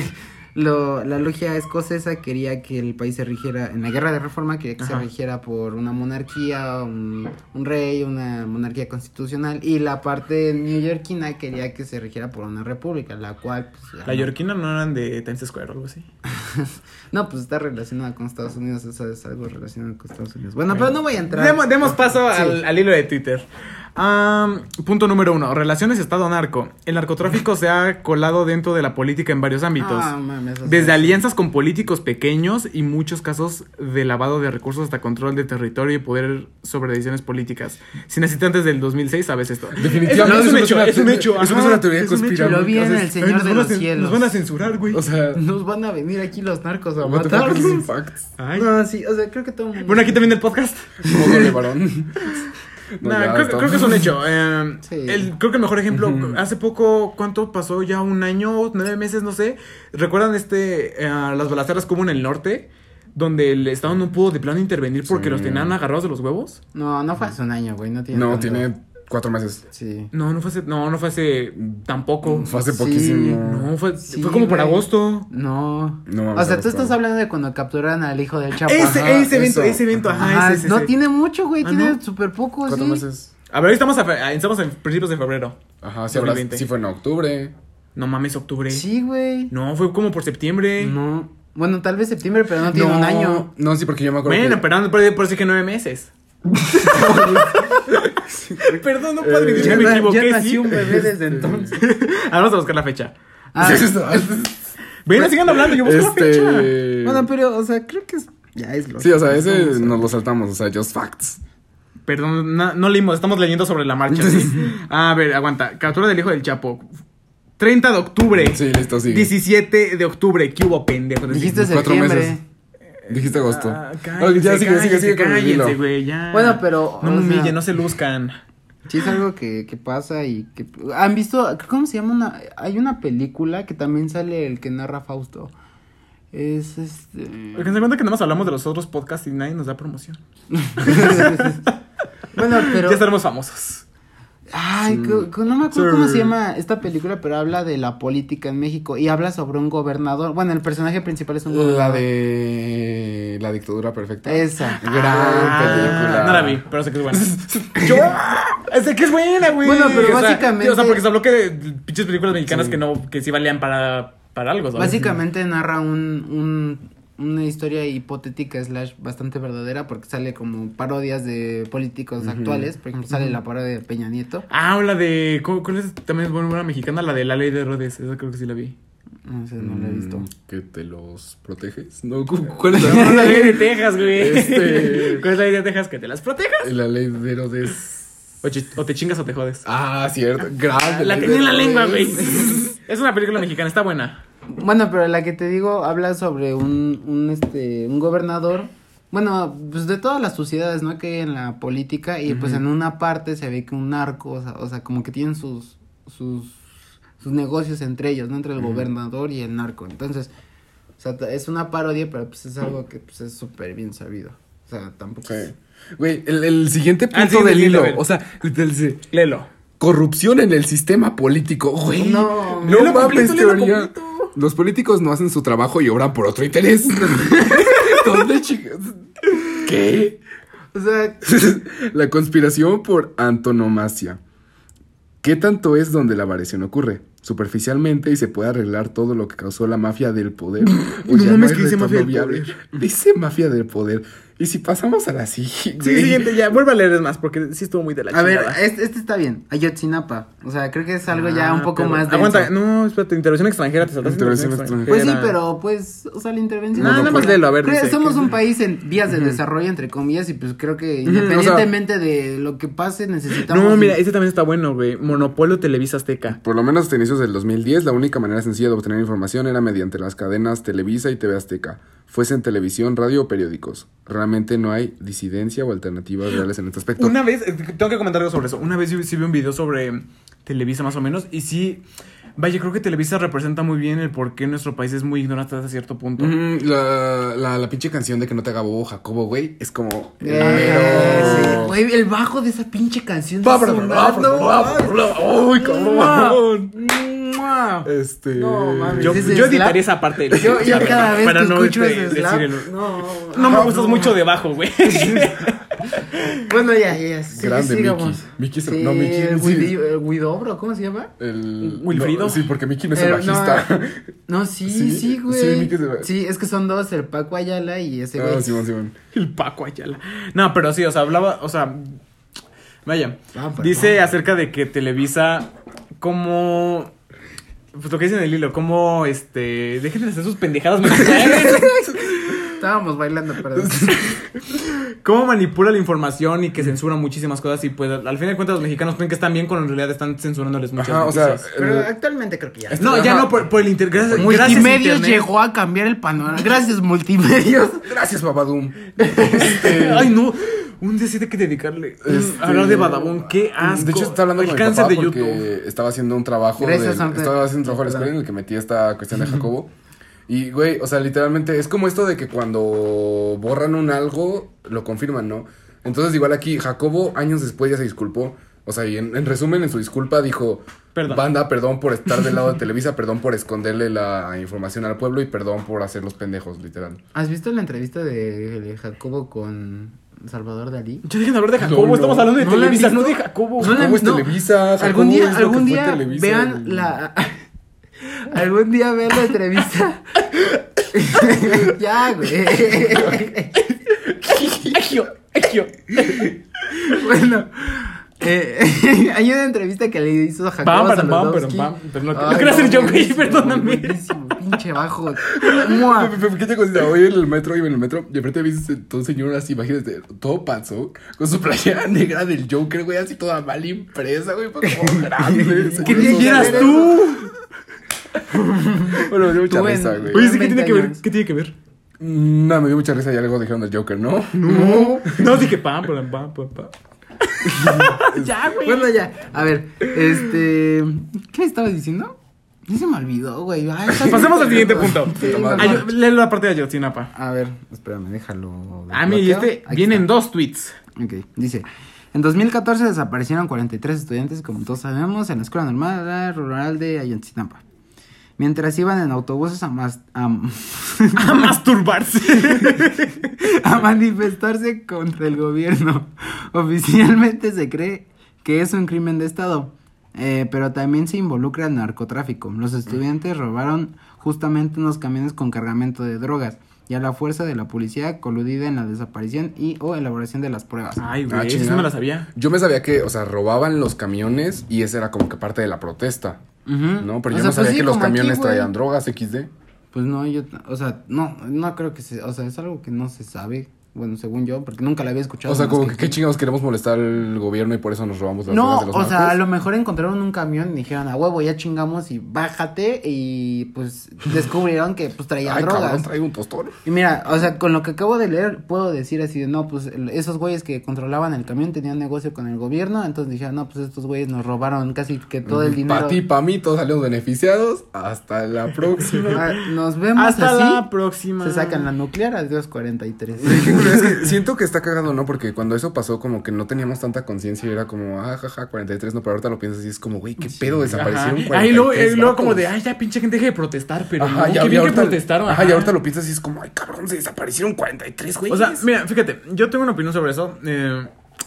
lo, la logia escocesa quería que el país se rigiera, en la guerra de reforma quería que Ajá. se rigiera por una monarquía, un, un rey, una monarquía constitucional y la parte neoyorquina quería que se rigiera por una república, la cual pues, La yorquina no eran de Times Square o algo así. no, pues está relacionada con Estados Unidos, eso es algo relacionado con Estados Unidos. Bueno, pero no voy a entrar. Demos, demos paso Sí. al, al hilo de Twitter. Am, punto número uno. Relaciones Estado-Narco. El narcotráfico se ha colado dentro de la política en varios ámbitos. Ah, mames, o sea, Desde alianzas con políticos pequeños y muchos casos de lavado de recursos hasta control de territorio y poder sobre decisiones políticas. Si naciste antes del dos mil seis, sabes esto. Definitivamente Es, es un eso hecho, no es es un una- hecho. eso no es ajá, una teoría es un hecho. conspiranoica. Lo vi en O sea, El es- Señor Ay, nos de van a los cen- Cielos. Nos van a censurar, güey. O sea, Nos van a venir aquí los narcos a me va a tocar matarnos. esos facts. Ay. No, sí, o sea, creo que todo el mundo. Bueno, aquí también el podcast. Modo de varón. No, Nah, ya creo, está. creo que es un hecho. Eh, Sí. el, creo que el mejor ejemplo, Ujú. hace poco, ¿cuánto pasó? Ya un año, nueve meses, no sé. ¿Recuerdan este, eh, las balaceras que hubo en el norte? Donde el Estado no pudo de plano intervenir porque Sí. los tenían agarrados de los huevos. No, no fue hace un año, güey. No tiene. No, tanto. tiene cuatro meses. Sí. No, no fue hace, no, no fue hace tampoco. Fue hace Sí. poquísimo. No, fue, Sí, fue como por güey. agosto. No. No mames, O sea, tú agosto. estás hablando de cuando capturaron al hijo del Chapo. Ese, Ajá, ese evento, eso. ese evento, ajá, Ajá, ese, ese, no ese. tiene mucho, güey. Ah, tiene ¿no? súper poco, Cuatro sí. meses. A ver, hoy estamos a, fe- estamos en principios de febrero. Ajá, sí, habrá, dos mil veinte. sí fue en octubre. No mames, octubre. Sí, güey. No, fue como por septiembre. No. Bueno, tal vez septiembre, pero no tiene No, un año. No, sí, porque yo me acuerdo Bueno, que... pero por, por eso que nueve meses. Perdón, no puedo Eh, decir, Ya, me na- equivoqué. ya nació sí. un bebé desde entonces. Ah, vamos a buscar la fecha. Ah, Ven, sigan hablando, yo busco la fecha. Este... bueno, pero, o sea, creo que es. Ya es lo Sí, o sea, ese Vamos a- nos lo saltamos, o sea, just facts. Perdón, no, no leímos, estamos leyendo sobre la marcha, ¿sí? A ver, aguanta. Captura del hijo del Chapo. treinta de octubre. Sí, listo, sigue. diecisiete de octubre. ¿Qué hubo, pendejo? Dijiste Cuatro septiembre. meses. Dijiste agosto. Ah, Ok, cállense, ya sigue, sigue, sigue con el cállense, hilo. güey, ya. Bueno, pero, No o me sea- humillen, no se luzcan. Sí, es algo que, que pasa y que. ¿Han visto? ¿Cómo se llama? Una, hay una película que también sale el que narra Fausto. Es este. Porque se cuenta que nada más hablamos de los otros podcasts y nadie nos da promoción. Bueno, pero. Ya estaremos famosos. Ay, Sí. co- co- no me acuerdo Sí. cómo se llama esta película, pero habla de la política en México y habla sobre un gobernador. Bueno, el personaje principal es un La gobernador. de... La dictadura perfecta. Esa. Gran Ah, película. No la vi, pero sé que es buena. Yo sé que es buena, güey. Bueno, pero O sea, básicamente- O sea, porque se habló que de pinches películas mexicanas Sí. que no, que sí valían para, para algo, ¿sabes? Básicamente narra un, un una historia hipotética slash bastante verdadera porque sale como parodias de políticos Ujú. actuales. Por ejemplo, sale la parodia de Peña Nieto. Ah, o la de. ¿Cuál cuál es? También es buena mexicana, la de La Ley de Herodes. Esa creo que sí la vi. No sé, no la he visto. Mm, ¿Que te los proteges? No, ¿cu- ¿cuál es No, la la ley de Texas, güey. Este- ¿Cuál es la ley de Texas? Que te las protejas. La ley de Herodes. O, chi- o te chingas o te jodes. Ah, cierto. Grande. La tenía en la lengua, güey. Es una película mexicana, está buena. Bueno, pero la que te digo habla sobre un, un, este, un gobernador, bueno, pues de todas las sociedades, ¿no? Que hay en la política y pues en una parte se ve que un narco, o sea, o sea como que tienen sus, sus, sus negocios entre ellos, ¿no? Entre el gobernador y el narco. Entonces, o sea, es una parodia, pero pues es algo que pues es súper bien sabido. O sea, tampoco Sí. es- Güey, el, el siguiente Ah, punto sí, del sí, hilo. a ver. O sea, literal dice, Léelo. corrupción en el sistema político. Güey. No. no Léelo mames, completo, léelo teoría. completo. Los políticos no hacen su trabajo y obran por otro interés. ¿Dónde, chicas? ¿Qué? O sea, La conspiración por antonomasia. ¿Qué tanto es donde la variación ocurre? Superficialmente y se puede arreglar todo lo que causó la mafia del poder. O No ya mames, hay que dice retorno mafia del viable. poder. Dice mafia del poder. Y si pasamos a la siguiente. Sí, siguiente, ya. Vuelve a leer más porque sí estuvo muy de la a ver, chingada. este, este está bien, Ayotzinapa. O sea, creo que es algo ya Ah, un poco pero- más denso. Aguanta, no, espérate, intervención extranjera, te saltaste Intervención intervención Pues sí, extranjera. pero pues, o sea, la intervención. No, es nada más buena. léelo, a ver, Creo que dice, somos ¿qué? un país en vías de desarrollo, entre comillas, y pues creo que Ujú, independientemente de lo que pase, necesitamos. No, mira, este también está bueno, güey. Monopolio Televisa Azteca. Por lo menos hasta inicios del dos mil diez, la única manera sencilla de obtener información era mediante las cadenas Televisa y T V Azteca, fuesen televisión, radio o periódicos. Realmente no hay disidencia o alternativas reales en este aspecto. Una vez, eh, tengo que comentar algo sobre eso. Una vez yo sí vi un video sobre Televisa más o menos y sí, vaya, creo que Televisa representa muy bien el por qué nuestro país es muy ignorante hasta cierto punto. Ujú, la, la, la pinche canción de que no te haga bobo Jacobo, güey, es como... el Eh, mero- sí, güey, el bajo de esa pinche canción. Va, está bla, bla, sonando. bla, bla, bla, bla. ¡Uy, cabrón! ¡Mua! Este... No, mames. Yo, ¿Ese yo slap? editaría esa parte. del- Yo, yo cada vez para que no, escucho este, ese slap, decir el- no, No me ah, gustas no. mucho debajo, güey. Bueno, ya, ya, sí, Grande, sigamos. Mickey. Mickey se- Sí, no, Mickey, el sí. Widi- el Widobro, ¿cómo se llama? El... ¿Wilfrido? no, sí, porque Mickey no es el Eh, bajista. No, no, sí, Sí, sí, güey. sí, Mickey es el- Sí, es que son dos, el Paco Ayala y ese güey. Ah, Simón, Simón. El Paco Ayala. No, pero sí, o sea, hablaba, o sea, vaya. Ah, perdón. Dice acerca de que Televisa, como, pues lo que dice en el hilo, como, este, dejen de hacer sus pendejadas mexicanas. Estábamos bailando, perdón. Cómo manipula la información y que censura muchísimas cosas y pues al fin de cuentas los mexicanos creen que están bien cuando en realidad están censurándoles muchas Ajá, o sea... noticias. Pero el- actualmente creo que ya. No, ya Ajá. no por, por el inter... Gracias, gracias, Multimedios internet. llegó a cambiar el panorama. Gracias, Multimedios. Gracias, Babadum. Ay, no. Un día sí hay que dedicarle Este, a hablar de Badabun. Qué asco. De hecho, estaba hablando el con mi cáncer papá de porque YouTube. estaba haciendo un trabajo. Gracias, de, Samper. estaba haciendo un trabajo en la escuela Perdón. en el que metí esta cuestión de Jacobo. Y, güey, o sea, literalmente es como esto de que cuando borran un algo, lo confirman, ¿no? Entonces, igual aquí, Jacobo años después ya se disculpó. O sea, y en, en resumen, en su disculpa dijo... Perdón. Banda, perdón por estar del lado de Televisa, perdón por esconderle la información al pueblo y perdón por hacer los pendejos, literal. ¿Has visto la entrevista de, de Jacobo con Salvador Dalí? Yo dije hablar de Jacobo, No, no. estamos hablando de ¿No la han Televisa, no de visto? Jacobo. No la- ¿Cómo es no. Televisa? Jacobo Algún es día, lo algún que fue día Televisa, vean güey. la... algún día vean la entrevista. Ya, güey. Agio, agio. Bueno, eh, hay una entrevista que le hizo a Jacobo Pam, pam, pam, Saludowski. pam, pam. Pero no- Ay, no quiero hacer yo, güey, buenísimo, perdóname. buenísimo, pinche bajo. Mua. ¿Qué te considera? Hoy en el metro, iba en el metro, y de repente viste todo un señor así, imagínate, todo panzón, con su playera negra del Joker, güey, así toda mal impresa, güey, pues como grande. ¿Qué señor, quieras eso- tú? Bueno, me dio mucha Tú en- risa, güey. Oye, sí, ¿qué tiene que ver? años. ¿Qué tiene que ver? No, me dio mucha risa y algo dijeron del Joker, ¿no? No. No, dije pam, pam, pam, pam, pam. Ya, güey. Bueno, ya. A ver, este. ¿Qué me estabas diciendo? Ya se me olvidó, güey. Ay, está- Pasemos al siguiente punto. Sí, Toma. mejor. Ay, léelo la parte de Ayotzinapa. A ver, espérame, déjalo. Ah, mira, y desbloqueo. este Aquí vienen está. dos tweets. Ok, dice. En dos mil catorce desaparecieron cuarenta y tres estudiantes, como todos sabemos, en la Escuela Normal Rural de Ayotzinapa. Mientras iban en autobuses a, mas- a, A masturbarse. a manifestarse contra el gobierno. Oficialmente se cree que es un crimen de Estado, eh, pero también se involucra el narcotráfico. Los estudiantes robaron justamente unos camiones con cargamento de drogas y a la fuerza de la policía coludida en la desaparición y o elaboración de las pruebas. Ay, Ah, güey, eso sí chinga. me la sabía. Yo me sabía que, o sea, robaban los camiones y esa era como que parte de la protesta, Ujú. ¿no? Pero O yo sea, no sabía pues sí, que los como aquí, camiones güey. traían drogas equis de. Pues no, yo, o sea, no, no creo que se, o sea, es algo que no se sabe, bueno, según yo, porque nunca la había escuchado. O sea, más como que que qué aquí. chingados queremos molestar al gobierno y por eso nos robamos las No, drogas de los o sea, a narcos. lo mejor encontraron un camión y dijeron, a huevo, ya chingamos y bájate y pues descubrieron que pues traían Ay, drogas. cabrón, trae un tostón. Y mira, o sea, con lo que acabo de leer, puedo decir así de, no, pues el- esos güeyes que controlaban el camión tenían negocio con el gobierno, entonces dijeron, no, pues estos güeyes nos robaron casi que todo el dinero. Para ti, para mí, todos salimos beneficiados. Hasta la próxima. Ah, nos vemos Hasta así. la próxima. Se sacan la nuclear, adiós cuarenta y tres. Es que siento que está cagado, ¿no? Porque cuando eso pasó, como que no teníamos tanta conciencia y era como, ah, jaja, cuarenta y tres, no, pero ahorita lo piensas y es como, güey, qué pedo, desaparecieron Ajá. cuarenta y tres Ay, luego, eh, luego como de, vatos. ay, ya pinche gente deje de protestar, pero Ajá, no, ya, qué y bien que ahorita, protestaron. ajá, y ahorita lo piensas y es como, ay, cabrón, se desaparecieron cuarenta y tres, güey. O sea, mira, fíjate, yo tengo una opinión sobre eso. Eh,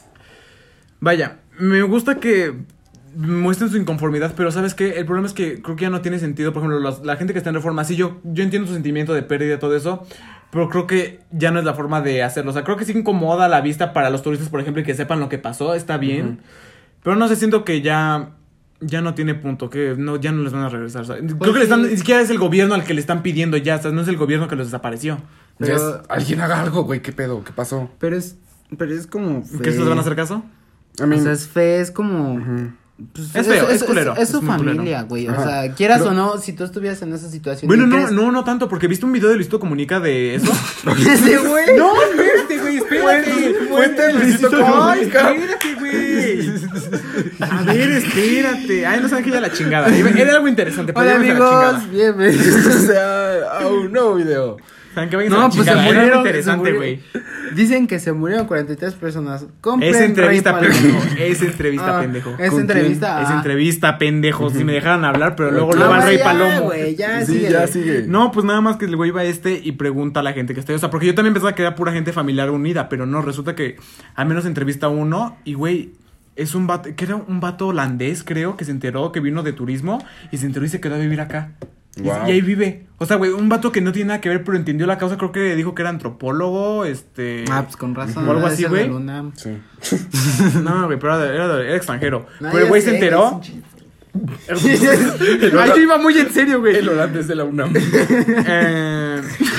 vaya, me gusta que muestren su inconformidad, pero ¿sabes qué? El problema es que creo que ya no tiene sentido. Por ejemplo, los- la gente que está en Reforma, sí, yo, yo entiendo su sentimiento de pérdida y todo eso, pero creo que ya no es la forma de hacerlo. O sea, creo que sí incomoda la vista para los turistas, por ejemplo, y que sepan lo que pasó, está bien. Ujú. Pero no sé, siento que ya... Ya no tiene punto, que no, ya no les van a regresar. O sea, creo Pues que le están, sí. ni siquiera es el gobierno al que le están pidiendo ya, o sea, no es el gobierno que los desapareció. Ya Pero- es- alguien haga algo, güey, qué pedo, qué pasó. Pero es, pero es como fe. ¿Crees que les van a hacer caso? A mí, O sea, es fe, es como... ujú. pues, Es feo, es culero, Es, su es muy culero. familia, güey. O Ajá. sea, quieras Pero- o no, si tú estuvieras en esa situación. Bueno, y no, crees- no, no tanto, porque viste un video de Luisito Comunica de eso. Ese güey. No, espérate, güey, espérate. Fuente de Luisito Ay, Comunica. espérate, güey. A ver, espérate. Ay, no saben que ya la chingada. Era algo interesante, pero Hola ya me fui a la amigos, chingada. bienvenidos. O sea, a un nuevo video. Saben que vayan No, a la pues se chingada. Era algo murieron. interesante, se güey. murieron. Dicen que se murieron cuarenta y tres personas. Compren Es entrevista, Rey pendejo. Palomo. Es entrevista, Ah, pendejo. Es ¿Con entrevista. Es ah. entrevista, pendejo. Si me dejaran hablar, pero luego Ah, lo va el Ah, Rey ya, Palomo. güey, ya, Sí, síguele. ya sigue. No, pues nada más que el güey va a este y pregunta a la gente que está ahí. O sea, porque yo también pensaba que era pura gente familiar unida, pero no, resulta que al menos entrevista a uno y, güey, es un vato, que era un vato holandés, creo, que se enteró que vino de turismo y se enteró y se quedó a vivir acá. Y- Wow. Y, ahí vive. O sea, güey, un vato que no tiene nada que ver, pero entendió la causa. Creo que dijo que era antropólogo, este... Ah, pues con razón. O algo debe así, ser güey. de la UNAM. Sí. No, güey, pero era, de- era, de- era extranjero. No, pero el ya güey se sé, enteró. es un chiste. Ay, yo iba muy en serio, güey. El holandés de la UNAM. Eh...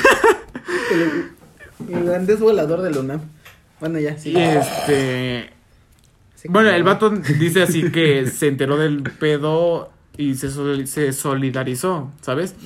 El holandés volador de la UNAM. Bueno, ya, sí. Y este... Sí, Bueno, claro. el vato dice así que se enteró del pedo y se, sol- se solidarizó, ¿sabes?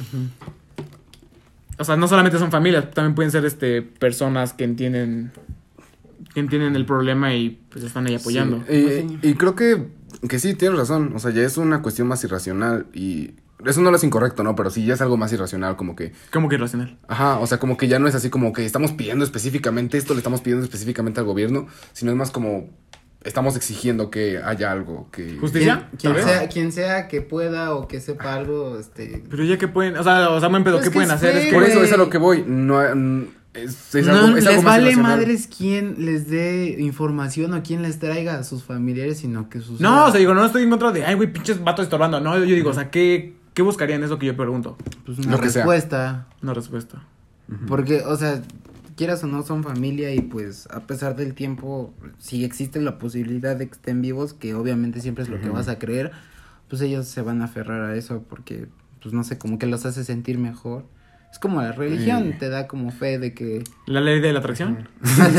O sea, no solamente son familias, también pueden ser este personas que entienden que entienden el problema y pues están ahí apoyando. Sí, y, Pues sí. y creo que, que sí, tienes razón. O sea, ya es una cuestión más irracional. Y eso no lo es incorrecto, ¿no? Pero sí ya es algo más irracional, como que... ¿Cómo que irracional? Ajá, o sea, como que ya no es así como que estamos pidiendo específicamente esto, le estamos pidiendo específicamente al gobierno, sino es más como estamos exigiendo que haya algo que... ¿Justicia? Quien, quien ¿Tal vez? sea, quien sea que pueda o que sepa algo, este... Pero ya que pueden, o sea, o sea, buen pedo, Pues ¿qué que pueden es hacer? Es feo, que Por eso güey. es a lo que voy. No, mm, es, es no algo, es les algo más vale irracional. madres quién les dé información o quién les traiga a sus familiares, sino que sus... No, o sea, digo, no estoy en contra de, ay, güey, pinches vatos estorbando. No, yo, yo digo, o sea, ¿qué, ¿qué buscarían? Es lo que yo pregunto. pues una lo que sea. respuesta. Una respuesta. Porque, o sea, quieras o no, son familia y pues a pesar del tiempo, si existe la posibilidad de que estén vivos, que obviamente siempre es lo que Ujú. vas a creer, pues ellos se van a aferrar a eso porque, pues no sé, como que los hace sentir mejor. Es como la religión, Sí. te da como fe de que... ¿La ley de la atracción?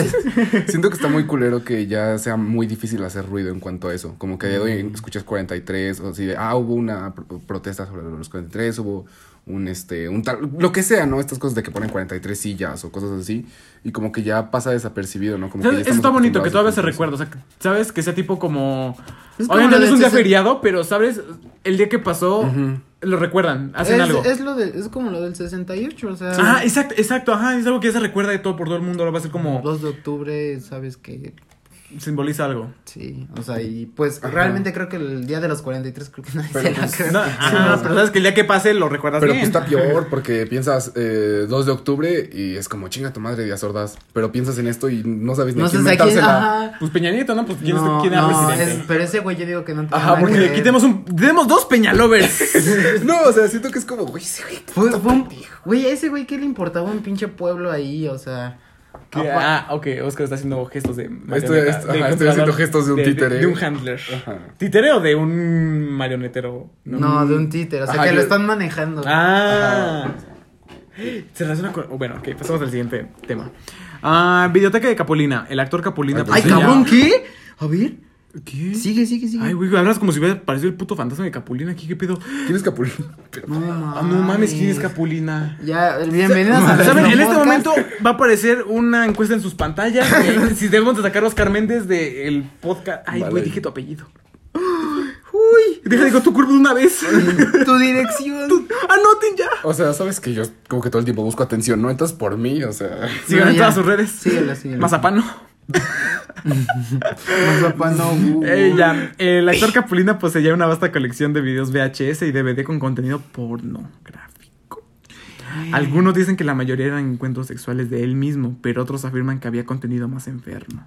Siento que está muy culero que ya sea muy difícil hacer ruido en cuanto a eso. Como que de hoy escuchas cuarenta y tres, o así de, ah, hubo una pro- protesta sobre los cuarenta y tres, hubo un, este, un tal, lo que sea, ¿no? Estas cosas de que ponen cuarenta y tres sillas o cosas así. Y como que ya pasa desapercibido, ¿no? Como que ya ¿Sabes? Eso estamos está bonito, que acostumbrados todavía se a eso. recuerda. O sea, que- ¿sabes? Que sea tipo como... Es como Obviamente lo no es del un día sesen- feriado, pero, ¿sabes? El día que pasó, Ujú. lo recuerdan, hacen es, algo. Es, lo de, es como lo del sesenta y ocho, o sea... Ah, exacto, exacto, ajá, es algo que ya se recuerda de todo por todo el mundo, ahora va a ser como... dos de octubre, sabes que... Simboliza algo. Sí, o sea, y pues Ajá. realmente creo que el día de los cuarenta y tres creo que nadie Pero se la pues, cree. No, ajá, pero sabes que el día que pase lo recuerdas Pero bien. pues está peor porque piensas eh, dos de octubre y es como chinga tu madre Díaz Ordaz. Pero piensas en esto y no sabes ni No a sé quién si aquí... metársela. Ajá. Pues Peña Nieto, ¿no? Pues quién, No, es, quién era no, presidente. es- pero ese güey yo digo que no tiene Ajá, nada que porque ver. aquí tenemos un... Tenemos dos Peñalovers. No, o sea, siento que es como, güey, ese güey. Fue, fue un... Güey, a ese güey, ¿qué le importaba un pinche pueblo ahí? O sea... Que- ah, ok, Oscar está haciendo gestos de Estoy- marioneta, estoy- de ajá, estoy haciendo controlador, gestos de un títere. De, un handler. Ajá. ¿Títere o de un marionetero? No, de un títer, o sea, Ajá, que que- lo están manejando. Ah. Se relaciona con... Bueno, ok, pasamos al siguiente tema. Ah, Videoteca de Capulina. El actor Capulina... Ay, Ay, pues, cabrón, ya- ¿qué? A ver, ¿Qué? sigue, sigue, sigue. Ay, güey, hablas como si hubiera aparecido el puto fantasma de Capulina aquí, ¿qué pedo? ¿Quién es Capulín? No mames. Ah, no mames, ¿quién es Capulina? Ya, bienvenidos a ¿Saben? En este podcast. momento va a aparecer una encuesta en sus pantallas. eh, si debemos de sacar a Oscar Méndez del podcast. Ay, Vale. güey, dije tu apellido. Uy, deja de tu cuerpo de una vez. Tu dirección. Anoten ya. O sea, sabes que yo como que todo el tiempo busco atención, ¿no? Entonces por mí, o sea. Sigan No, en ya. todas sus redes. Síguela, síguela. Mazapano. Mazapán, no, uh. Eh, ya. El actor Capulina poseía una vasta colección de videos V H S y D V D con contenido pornográfico. Algunos dicen que la mayoría eran encuentros sexuales de él mismo, pero otros afirman que había contenido más enfermo.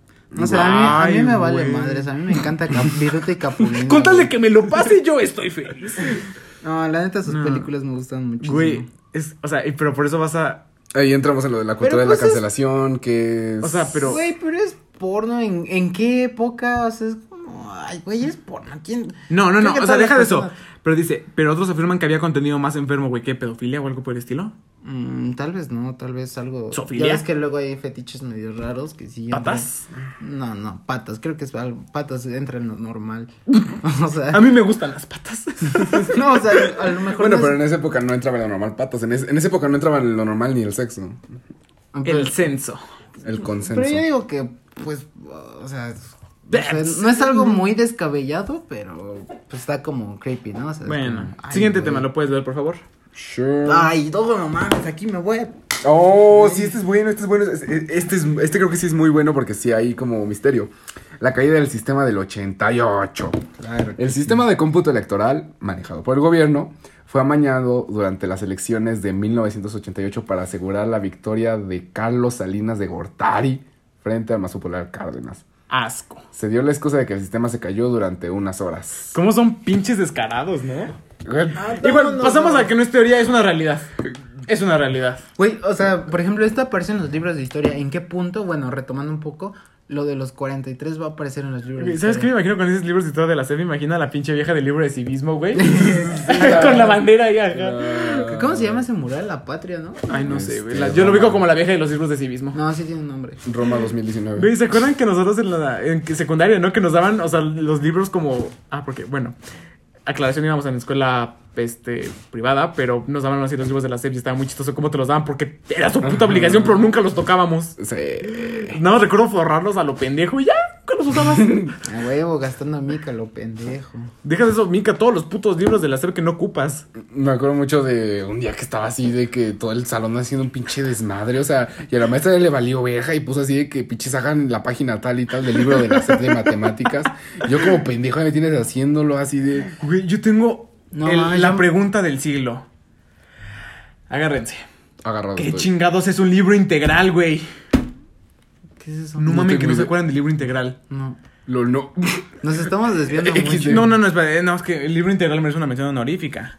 O sea, a mí, a mí Ay, me vale güey. madres, a mí me encanta Cap Viruta y Capulina. Con tal de güey. que me lo pase, yo estoy feliz. No, la neta, sus No. películas me gustan muchísimo. Güey, es, o sea, y- pero por eso vas a... Ahí entramos en lo de la cultura Pero, de la pues, es- cancelación, que es... O sea, pero... Güey, pero es porno, ¿en, en qué época? O sea, es como, ay, güey, es porno, ¿quién? No, no, Creo no, que o sea, todas deja de las eso. personas- Pero dice, pero otros afirman que había contenido más enfermo, güey, ¿qué? ¿Pedofilia o algo por el estilo? Mm, tal vez no, tal vez algo... ¿Zoofilia? Ya ves que luego hay fetiches medio raros que sí... entran- ¿Patas? No, no, patas, creo que es algo, patas entra en lo normal. O sea, A mí me gustan las patas. no, o sea, a lo mejor Bueno, no pero es- en esa época no entraba en lo normal patas. En, es- en esa época no entraba en lo normal ni el sexo. pero- El censo. El consenso. Pero yo digo que, pues, o sea, no, sé, no es algo muy descabellado, pero pues está como creepy, ¿no? O sea, es Bueno, como, ay, siguiente güey. tema, ¿lo puedes ver, por favor? Sure. Ay, todo no mames, aquí me voy a... Oh, sí, este es bueno, este es bueno. Es- Este, es, este creo que sí es muy bueno porque sí hay como misterio. La caída del sistema del ochenta y ocho. Claro. El sistema de cómputo electoral, manejado por el gobierno, fue amañado durante las elecciones de mil novecientos ochenta y ocho para asegurar la victoria de Carlos Salinas de Gortari frente al más popular Cárdenas. Asco. Se dio la excusa de que el sistema se cayó durante unas horas. ¿Cómo son pinches descarados, no? Ah, Igual, no, pasamos no. a que no es teoría, es una realidad. Es una realidad. Güey, o sea, por ejemplo, esto aparece en los libros de historia. ¿En qué punto? Bueno, retomando un poco, lo de los cuarenta y tres va a aparecer en los libros de ¿Sabes qué me historia. imagino con esos libros de historia de la S E P? Me imagino a la pinche vieja del libro de civismo, güey. Con la bandera ahí acá. ¿Cómo se llama ese mural? La Patria, ¿no? Ay, no sé, güey. Este, La- yo lo ubico Roma. como la vieja de los libros de civismo. No, sí tiene un nombre. Roma dos mil diecinueve. Güey, ¿se acuerdan que nosotros en la en que secundaria, no? Que nos daban, o sea, los libros como... Ah, porque, bueno, aclaración, íbamos en la escuela este, privada, pero nos daban así los libros de la S E P y estaba muy chistoso cómo te los daban porque era su puta obligación, pero nunca los tocábamos. Sí. Nada más recuerdo forrarlos a lo pendejo y ya, nunca los usabas. A huevo, gastando mica, lo pendejo. Deja de eso, Mica, todos los putos libros de la S E P que no ocupas. Me acuerdo mucho de un día que estaba así de que todo el salón haciendo un pinche desmadre, o sea, y a la maestra le valió verja y puso así de que pinches hagan la página tal y tal del libro de la S E P de matemáticas. Y yo como pendejo me tienes haciéndolo así de... Güey, yo tengo No, el- yo- la pregunta del siglo. Agárrense. Agarrado. ¿Qué estoy. chingados es un libro integral, güey? ¿Qué es eso? No No mames tengo que no se idea. acuerdan del libro integral. No. Lo no. Nos estamos desviando X mucho. D. No, no, no, espera, eh, no, es que el libro integral merece una mención honorífica.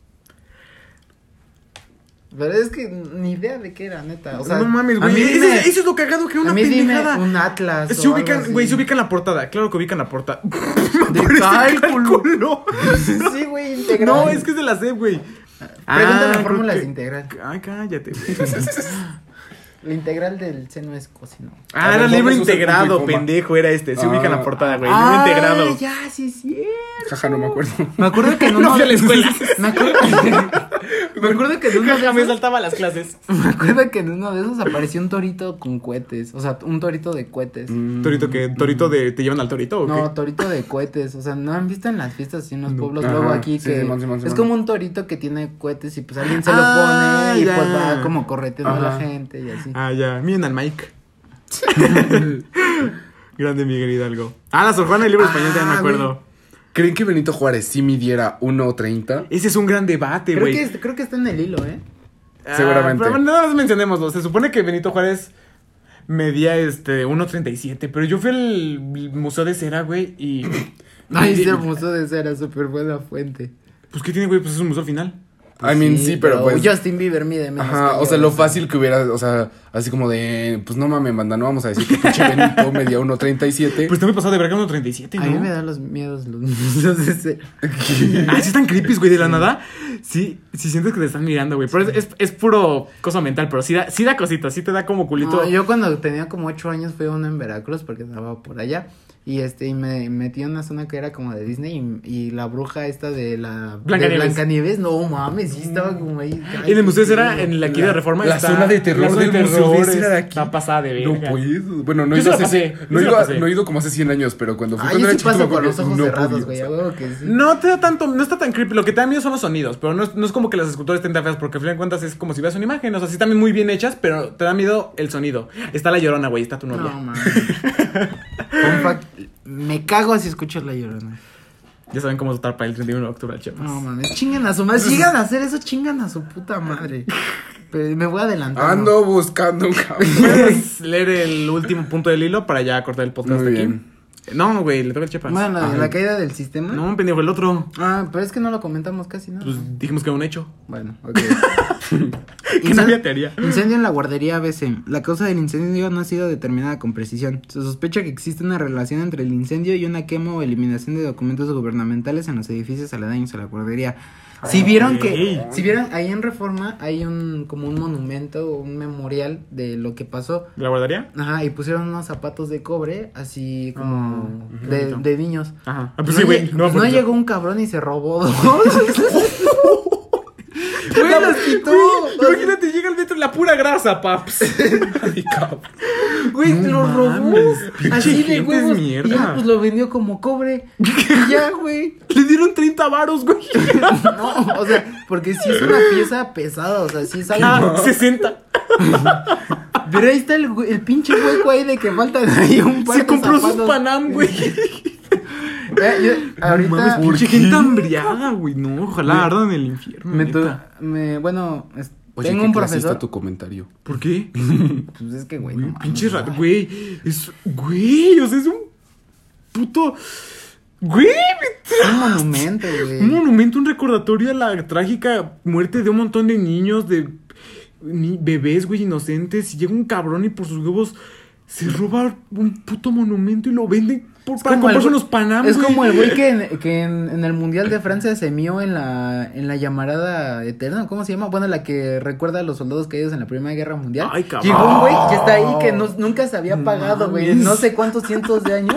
Pero es que ni idea de qué era, neta. O sea, no mames, a güey. mí Eso, dime- eso es lo cagado que era una a mí dime pendejada. un atlas. Se o algo ubican, así. güey, se ubican la portada. Claro que ubican la portada. De Parece cálculo. Sí, güey, integral. No, es que es de la S E P, güey. Pregúntame creo fórmulas que- de integral. Ay, cállate. La integral del seno es coseno. Ah, A era ver, libro vamos a hacer punto y integrado, coma. pendejo, era este. Se Ah. ubica en la portada, güey. Ah, Libro integrado. ya, sí, sí. Jaja, no me acuerdo. Me acuerdo que en uno No fui a la escuela. Me acuerdo, me acuerdo que en uno de Jaja, me esos, saltaba las clases. me acuerdo que en uno de esos apareció un torito con cohetes, o sea, un torito de cohetes. Torito, ¿qué? ¿Torito de. ¿Te llevan al torito o qué? No, torito de cohetes, o sea, ¿no han visto en las fiestas así en los pueblos? Ajá, Luego aquí sí, que Simón, Simón, es Simón. como un torito que tiene cohetes y pues alguien se lo Ah, pone y ya. pues va como correteando a la Ajá. gente y así. Ah, ya. Miren al Mike. Grande Miguel Hidalgo. Ah, la Sor Juana del libro español, ya me Ah, acuerdo. ¿Creen que Benito Juárez sí midiera uno treinta? Ese es un gran debate, Creo güey. que, creo que está en el hilo, ¿eh? Ah, Seguramente. pero nada más mencionémoslo. Se supone que Benito Juárez medía este uno treinta y siete, pero yo fui al Museo de Cera, güey, y Ay, sí, el museo de cera, súper buena fuente. pues ¿qué tiene, güey? Pues es un museo al final. I mean, sí, pero pues... Justin Bieber mide menos Ajá, que o yo, sea, lo sea. fácil que hubiera, o sea, así como de, pues no mames, banda, no vamos a decir que pinche Benito medía uno treinta y siete. Pues te me pasado de verga uno treinta y siete, A ¿no? mí me dan los miedos los museos de cera. Ah, sí están creepy, güey, de la nada. Sí, sí sientes que te están mirando, güey. Pero es, es, es puro cosa mental, pero sí da, sí da cositas, sí te da como culito. No, yo cuando tenía como ocho años fui a uno en Veracruz porque estaba por allá. Y este, y me metí en una zona que era como de Disney y, y la bruja esta de la Blancanieves. de Blancanieves, no mames, sí estaba como ahí. ay, En el Museo de Cera, sí. en la aquí de Reforma, la está- zona de terror la zona del Museo de Cera de aquí. Está pasada de verga. No puedo. Bueno, no Yo he se ido la hace, pasé, yo no he se la ido, pasé. no he ido como hace cien años, pero cuando fui Ay, cuando yo era sí paso chiquito, me con los acuerdo ojos que no cerrados, podía, güey, o a sea. huevo que sí. No te da tanto, no está tan creepy. Lo que te da miedo son los sonidos, pero no es, no es como que las esculturas estén tan feas, porque al final de cuentas es como si veas una imagen. O sea, sí están muy bien hechas, pero te da miedo el sonido. Está la Llorona, güey, está tu novia. No mames. Fun fact, me cago si escucho la Llorona. Ya saben cómo votar para el treinta y uno de octubre al Chepas. No mames, chingan a su madre, sigan a hacer eso, chingan a su puta madre. Pero me voy a adelantar. Ando buscando un cabrón. ¿Puedes leer el último punto del hilo para ya cortar el podcast Muy de aquí? bien. No, güey, le toca al Chepas. Bueno, la, Ajá. la caída del sistema. No, pendejo, el otro. Ah, pero es que no lo comentamos casi nada. Pues dijimos que era un hecho. Bueno, ok. Que no había teoría. Incendio en la guardería A B C. La causa del incendio no ha sido determinada con precisión. Se sospecha que existe una relación entre el incendio y una quema o eliminación de documentos gubernamentales en los edificios aledaños a la guardería. Si vieron que, Ok. si vieron ahí en Reforma hay un como un monumento o un memorial de lo que pasó. ¿La guardaría? Ajá, y pusieron unos zapatos de cobre así como Ah, de, bonito. de niños. Ajá. Ah, pues sí, güey. lle- No, pues no porque- llegó un cabrón y se robó dos. Güey, los quitó. Güey, imagínate, llega el metro en la pura grasa, paps. Ay, cabrón. Güey, No lo robó. mames, pinche Así de gente es huevos. mierda. Y ya, pues lo vendió como cobre. Y ya, güey. Le dieron treinta varos, güey. No, o sea, porque sí es una pieza pesada, o sea, sí es algo. Ah, sesenta. Pero ahí está el, hue- el pinche hueco ahí de que faltan ahí un par Se de compró sus zapatos. Panam, güey. Eh, yo, ahorita No mames, pinche ¿por qué? gente hambriada, güey. No, ojalá ardan en el infierno. me, tu- neta. me bueno, es- Oye, tengo qué un clasista profesor. tu comentario. ¿Por qué? Pues es que, güey, Güey, no mames, pinche no. rat, güey. Es, güey, o sea, es un puto. Güey, me Un monumento, güey. Un monumento, un recordatorio a la trágica muerte de un montón de niños, de ni- bebés, güey, inocentes. Y llega un cabrón y por sus huevos se roba un puto monumento y lo vende por, para como el comprarse güey- unos Panam, Es como el güey que, en, que en, en el Mundial de Francia se mió en la, en la llamarada eterna, ¿cómo se llama? Bueno, la que recuerda a los soldados caídos en la Primera Guerra Mundial. Ay, cabrón. Llegó un güey que está ahí que no- nunca se había No pagado, güey, en mames. no sé cuántos cientos de años.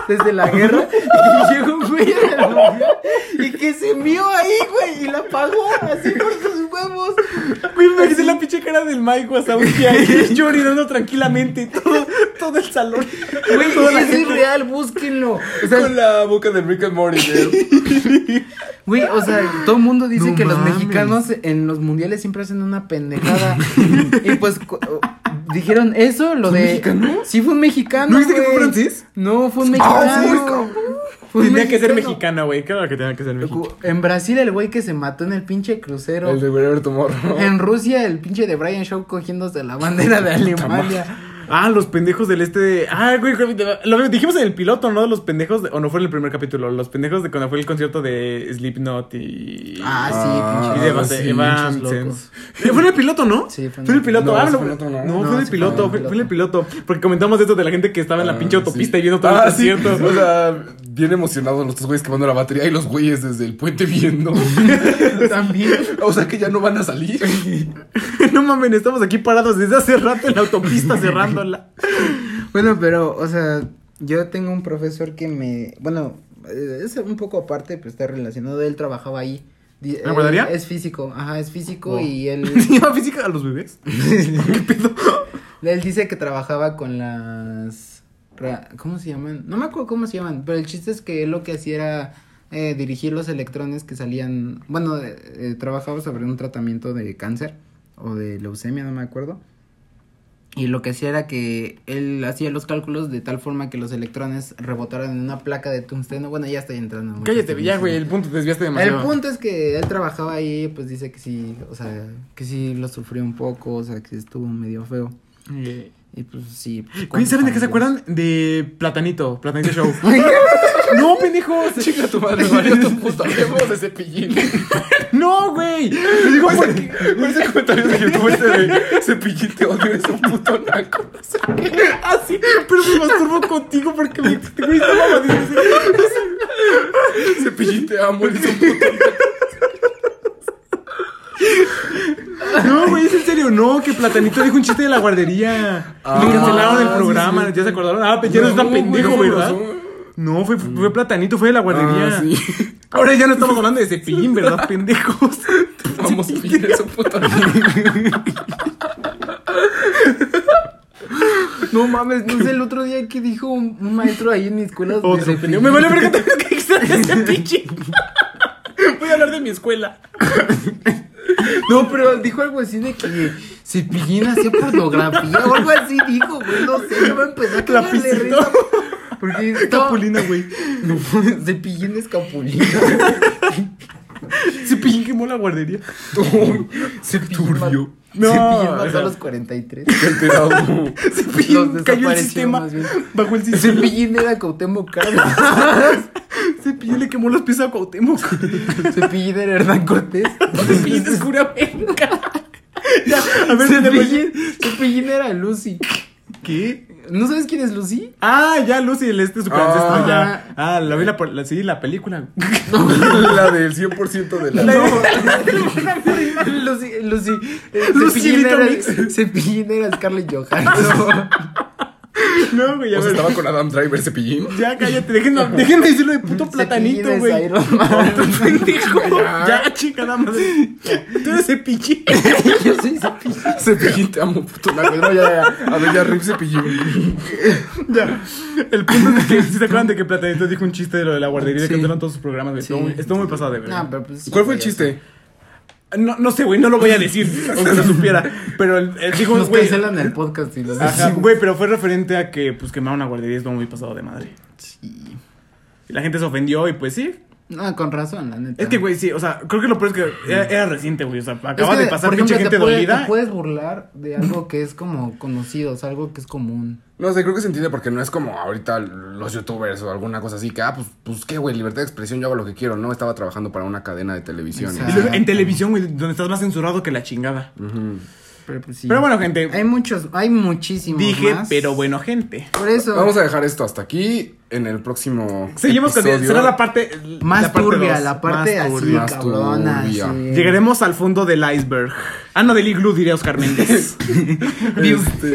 desde la guerra. Y llegó un güey al mundial y que se mió ahí, güey, y la pagó así por sus huevos. Güey, me hice la pinche cara del Mike Wazowski ahí, yo orinando tranquilamente, todo, todo el salón. Güey, toda la es gente. irreal, búsquenlo. O sea, Con la boca de Rick and Morty, güey. güey, o sea, todo el mundo dice No que los mames. mexicanos en los mundiales siempre hacen una pendejada. Y pues cu- dijeron eso, lo de. mexicano? Sí, fue un mexicano. ¿No viste que fue güey. francés? No, fue un Ah, sí, mexicano. cabrón. Fue un Tenía que ser mexicano, güey. Claro que tenía que ser mexicano. En Brasil, el güey que se mató en el pinche crucero. El de Wherever Tomorrow. En Rusia, el pinche de Brian Shaw cogiéndose la bandera de Alemania. Ah, los pendejos del este de... Ah, güey, lo dijimos en el piloto, ¿no? Los pendejos de... O no fue en el primer capítulo. Los pendejos de cuando fue el concierto de Slipknot y... Ah, Ah, sí, Y de pinche. Evans- sí, Evanescence. Eh, Fue en el piloto, ¿no? Sí, fue en fue en el el piloto. piloto. Ah, No, lo- fue en otro, no. no, No, fue en el sí, piloto. fue en Fue, el fue en el piloto. Porque comentamos esto de la gente que estaba en la Ah, pinche autopista sí. y viendo todo Ah, el sí. concierto. O sea, bien emocionados los dos güeyes quemando la batería y los güeyes desde el puente viendo. También. O sea que ya no van a salir. No mames, estamos aquí parados desde hace rato en la autopista cerrándola. Bueno, pero, o sea, yo tengo un profesor que me. Bueno, eh, es un poco aparte, pero está relacionado. Él trabajaba ahí. Di- ¿En la él guardería? Es físico, ajá, es físico Oh. y él. ¿Se llama física a los bebés? ¿Qué pedo? Él dice que trabajaba con las. ra- ¿Cómo se llaman? No me acuerdo cómo se llaman, pero el chiste es que él lo que hacía era eh, dirigir los electrones que salían. Bueno, eh, eh, trabajaba sobre un tratamiento de cáncer o de leucemia, no me acuerdo. Y lo que hacía era que él hacía los cálculos de tal forma que los electrones rebotaran en una placa de tungsteno. Bueno, ya estoy entrando. en muchas Cállate, ya, definiciones. güey, el punto te desviaste El demasiado. punto es que él trabajaba ahí, pues dice que sí, o sea, que sí lo sufrió un poco, o sea, que estuvo medio feo. Eh, Y pues sí. Pues, Güey, ¿saben de qué se acuerdan? De Platanito, Platanito Show. No, pendejos. Chica tu madre, Mario, tu puta. Hablemos de Cepillín. No, güey. Te digo Güey, porque... ese- güey, ese comentario de YouTube este de Cepillín te odio, es un puto naco. No sé qué. Ah, sí, pero me masturbo contigo porque me... Güey, está mamadísimo. Cepillín te amo, eres un puto naco. No, güey, es en serio. No, que Platanito dijo un chiste de la guardería. Ah, Me cancelaron el sí, programa. sí. ¿Ya se acordaron? Ah, pues ya no está No, pendejo, güey, ¿verdad? razón. No, fue, fue Platanito, fue de la guardería. Ah, sí. Ahora ya no estamos hablando de Cepillín, ¿verdad, pendejos? Vamos, Cepillín, es un puto naco. No mames, no sé el otro día que dijo un, un maestro ahí en mi escuela. de Otro Cepillín. pendejo. Me vale verga también que extraña ese pinche. Voy a hablar de mi escuela. No, pero dijo algo así de que Cepillín hacía pornografía o algo así dijo, güey, no sé, yo me empecé a cagar de Lapicito. risa. Porque estaba- Capulina, güey. No, Cepillín es Capulina. Cepillín quemó la guardería. Cepillín ma- Turbio. No, Cepillín o mató sea- a los cuarenta y tres. Qué alterado. Cepillín Los cayó el desapareció, sistema. más bien. Bajo el sistema. Cepillín era Cuauhtémoc Cárdenas. Cepillín le quemó los pies a Cuauhtémoc. Cepillín era Hernán Cortés. Cepillín es Juramérica. Ya, a ver, Cepillín, Cepillín era Lucy. ¿Qué? ¿No sabes quién es Lucy? Ah, ya, Lucy, el este super ancestro, Ah. ya. Ah, la vi la, por- la, sí, la película. La del cien por ciento de la... No. Lucy, Lucy. eh, Lucy Cepillín era, Vitamix. Cepillín era Scarlett Johansson. No, güey, ya O sea, ves. estaba con Adam Driver, Cepillín. Ya, cállate, déjenme, déjenme decirlo de puto platanito, Cepillín güey. es Iron Man. Pendejo. Ya. Ya, chica, nada más. Tú eres Cepillín. Yo soy Cepillín. Cepillín te amo, puto naco. No, ya, ya. A ver, ya, Rip Cepillín. Ya. El punto es que, si se acuerdan de que Platanito dijo un chiste de lo de la guardería y Sí. de cancelaron todos sus programas, güey. Sí. Estuvo, muy- estuvo muy pasado de verdad. No, pero pues, ¿Cuál fue el ya chiste? No, no sé, güey, no lo voy a decir, aunque lo supiera. Pero él, él dijo, Nos güey. cancelan el podcast y los Ajá, güey, pero fue referente a que, pues, quemaron una guardería y estuvo muy pasado de madre. Sí. Y la gente se ofendió y, pues, sí. No, con razón, la neta. Es que, güey, sí, o sea, creo que lo peor es que era, era reciente, güey. O sea, Es acaba que, de pasar por pinche ejemplo, gente te puede- dolida. Te puedes burlar de algo que es como conocido, o sea, algo que es común. No sé, creo que se entiende porque no es como ahorita los youtubers o alguna cosa así que, ah, pues, pues qué, güey, libertad de expresión, yo hago lo que quiero, ¿no? Estaba trabajando para una cadena de televisión. y- Exacto. Y luego en televisión, güey, donde estás más censurado que la chingada. Ujú. Pero pues sí. Pero bueno, gente, Hay muchos, hay muchísimos dije, más. pero bueno, gente. Por eso. Vamos a dejar esto hasta aquí. En el próximo Seguimos con episodio. será la parte Más la parte turbia, dos, la parte más así, turbia. Más cabrona. turbia. Sí. Llegaremos al fondo del iceberg. Ah, no, del iglú, diría Oscar Méndez. Este,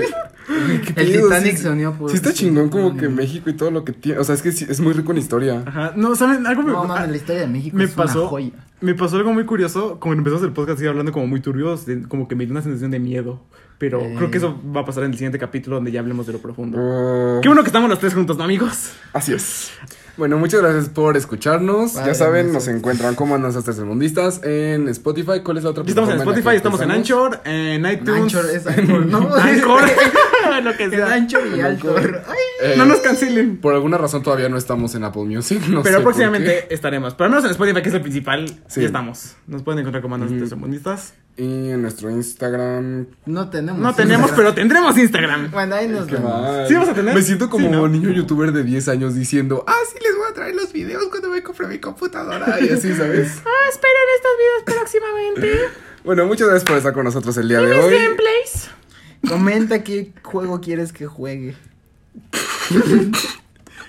Ay, qué El pedo, Titanic sí, se unió por... Sí está chingón como Ay. que México y todo lo que tiene. O sea, es que sí, es muy rico en historia. Ajá. No, ¿saben? Algo me, No, mames, la historia de México me es pasó. una joya. Me pasó algo muy curioso. Como empezamos el podcast así hablando como muy turbios, de- como que me dio una sensación de miedo. Pero Eh. creo que eso va a pasar en el siguiente capítulo donde ya hablemos de lo profundo. Oh, Qué bueno que estamos los tres juntos, ¿no, amigos? Así es. Bueno, muchas gracias por escucharnos. Padre, ya saben, eso. nos encuentran como Andanzas Tercermundistas en Spotify. ¿Cuál es la otra Ya estamos en plataforma Spotify, la que estamos en Anchor, en iTunes. Anchor es Anchor, ¿no? Anchor, lo que El sea. Anchor y Altor. Ay. Eh, No nos cancelen. Por alguna razón todavía no estamos en Apple Music. No Pero sé próximamente por qué. estaremos. Pero al menos en Spotify, que es el principal, Sí. ya estamos. Nos pueden encontrar como Andanzas Ujú. Tercermundistas. Y en nuestro Instagram. No tenemos. No tenemos, pero tendremos Instagram. Bueno, ahí nos Qué vemos. mal. ¿Sí vas a tener? Me siento como Sí, ¿no? niño youtuber de diez años diciendo, ah, sí, les voy a traer los videos cuando me compre mi computadora. Y así, ¿sabes? Ah, esperen estos videos próximamente. Bueno, muchas gracias por estar con nosotros el día de Mis hoy. gameplays. Comenta qué juego quieres que juegue.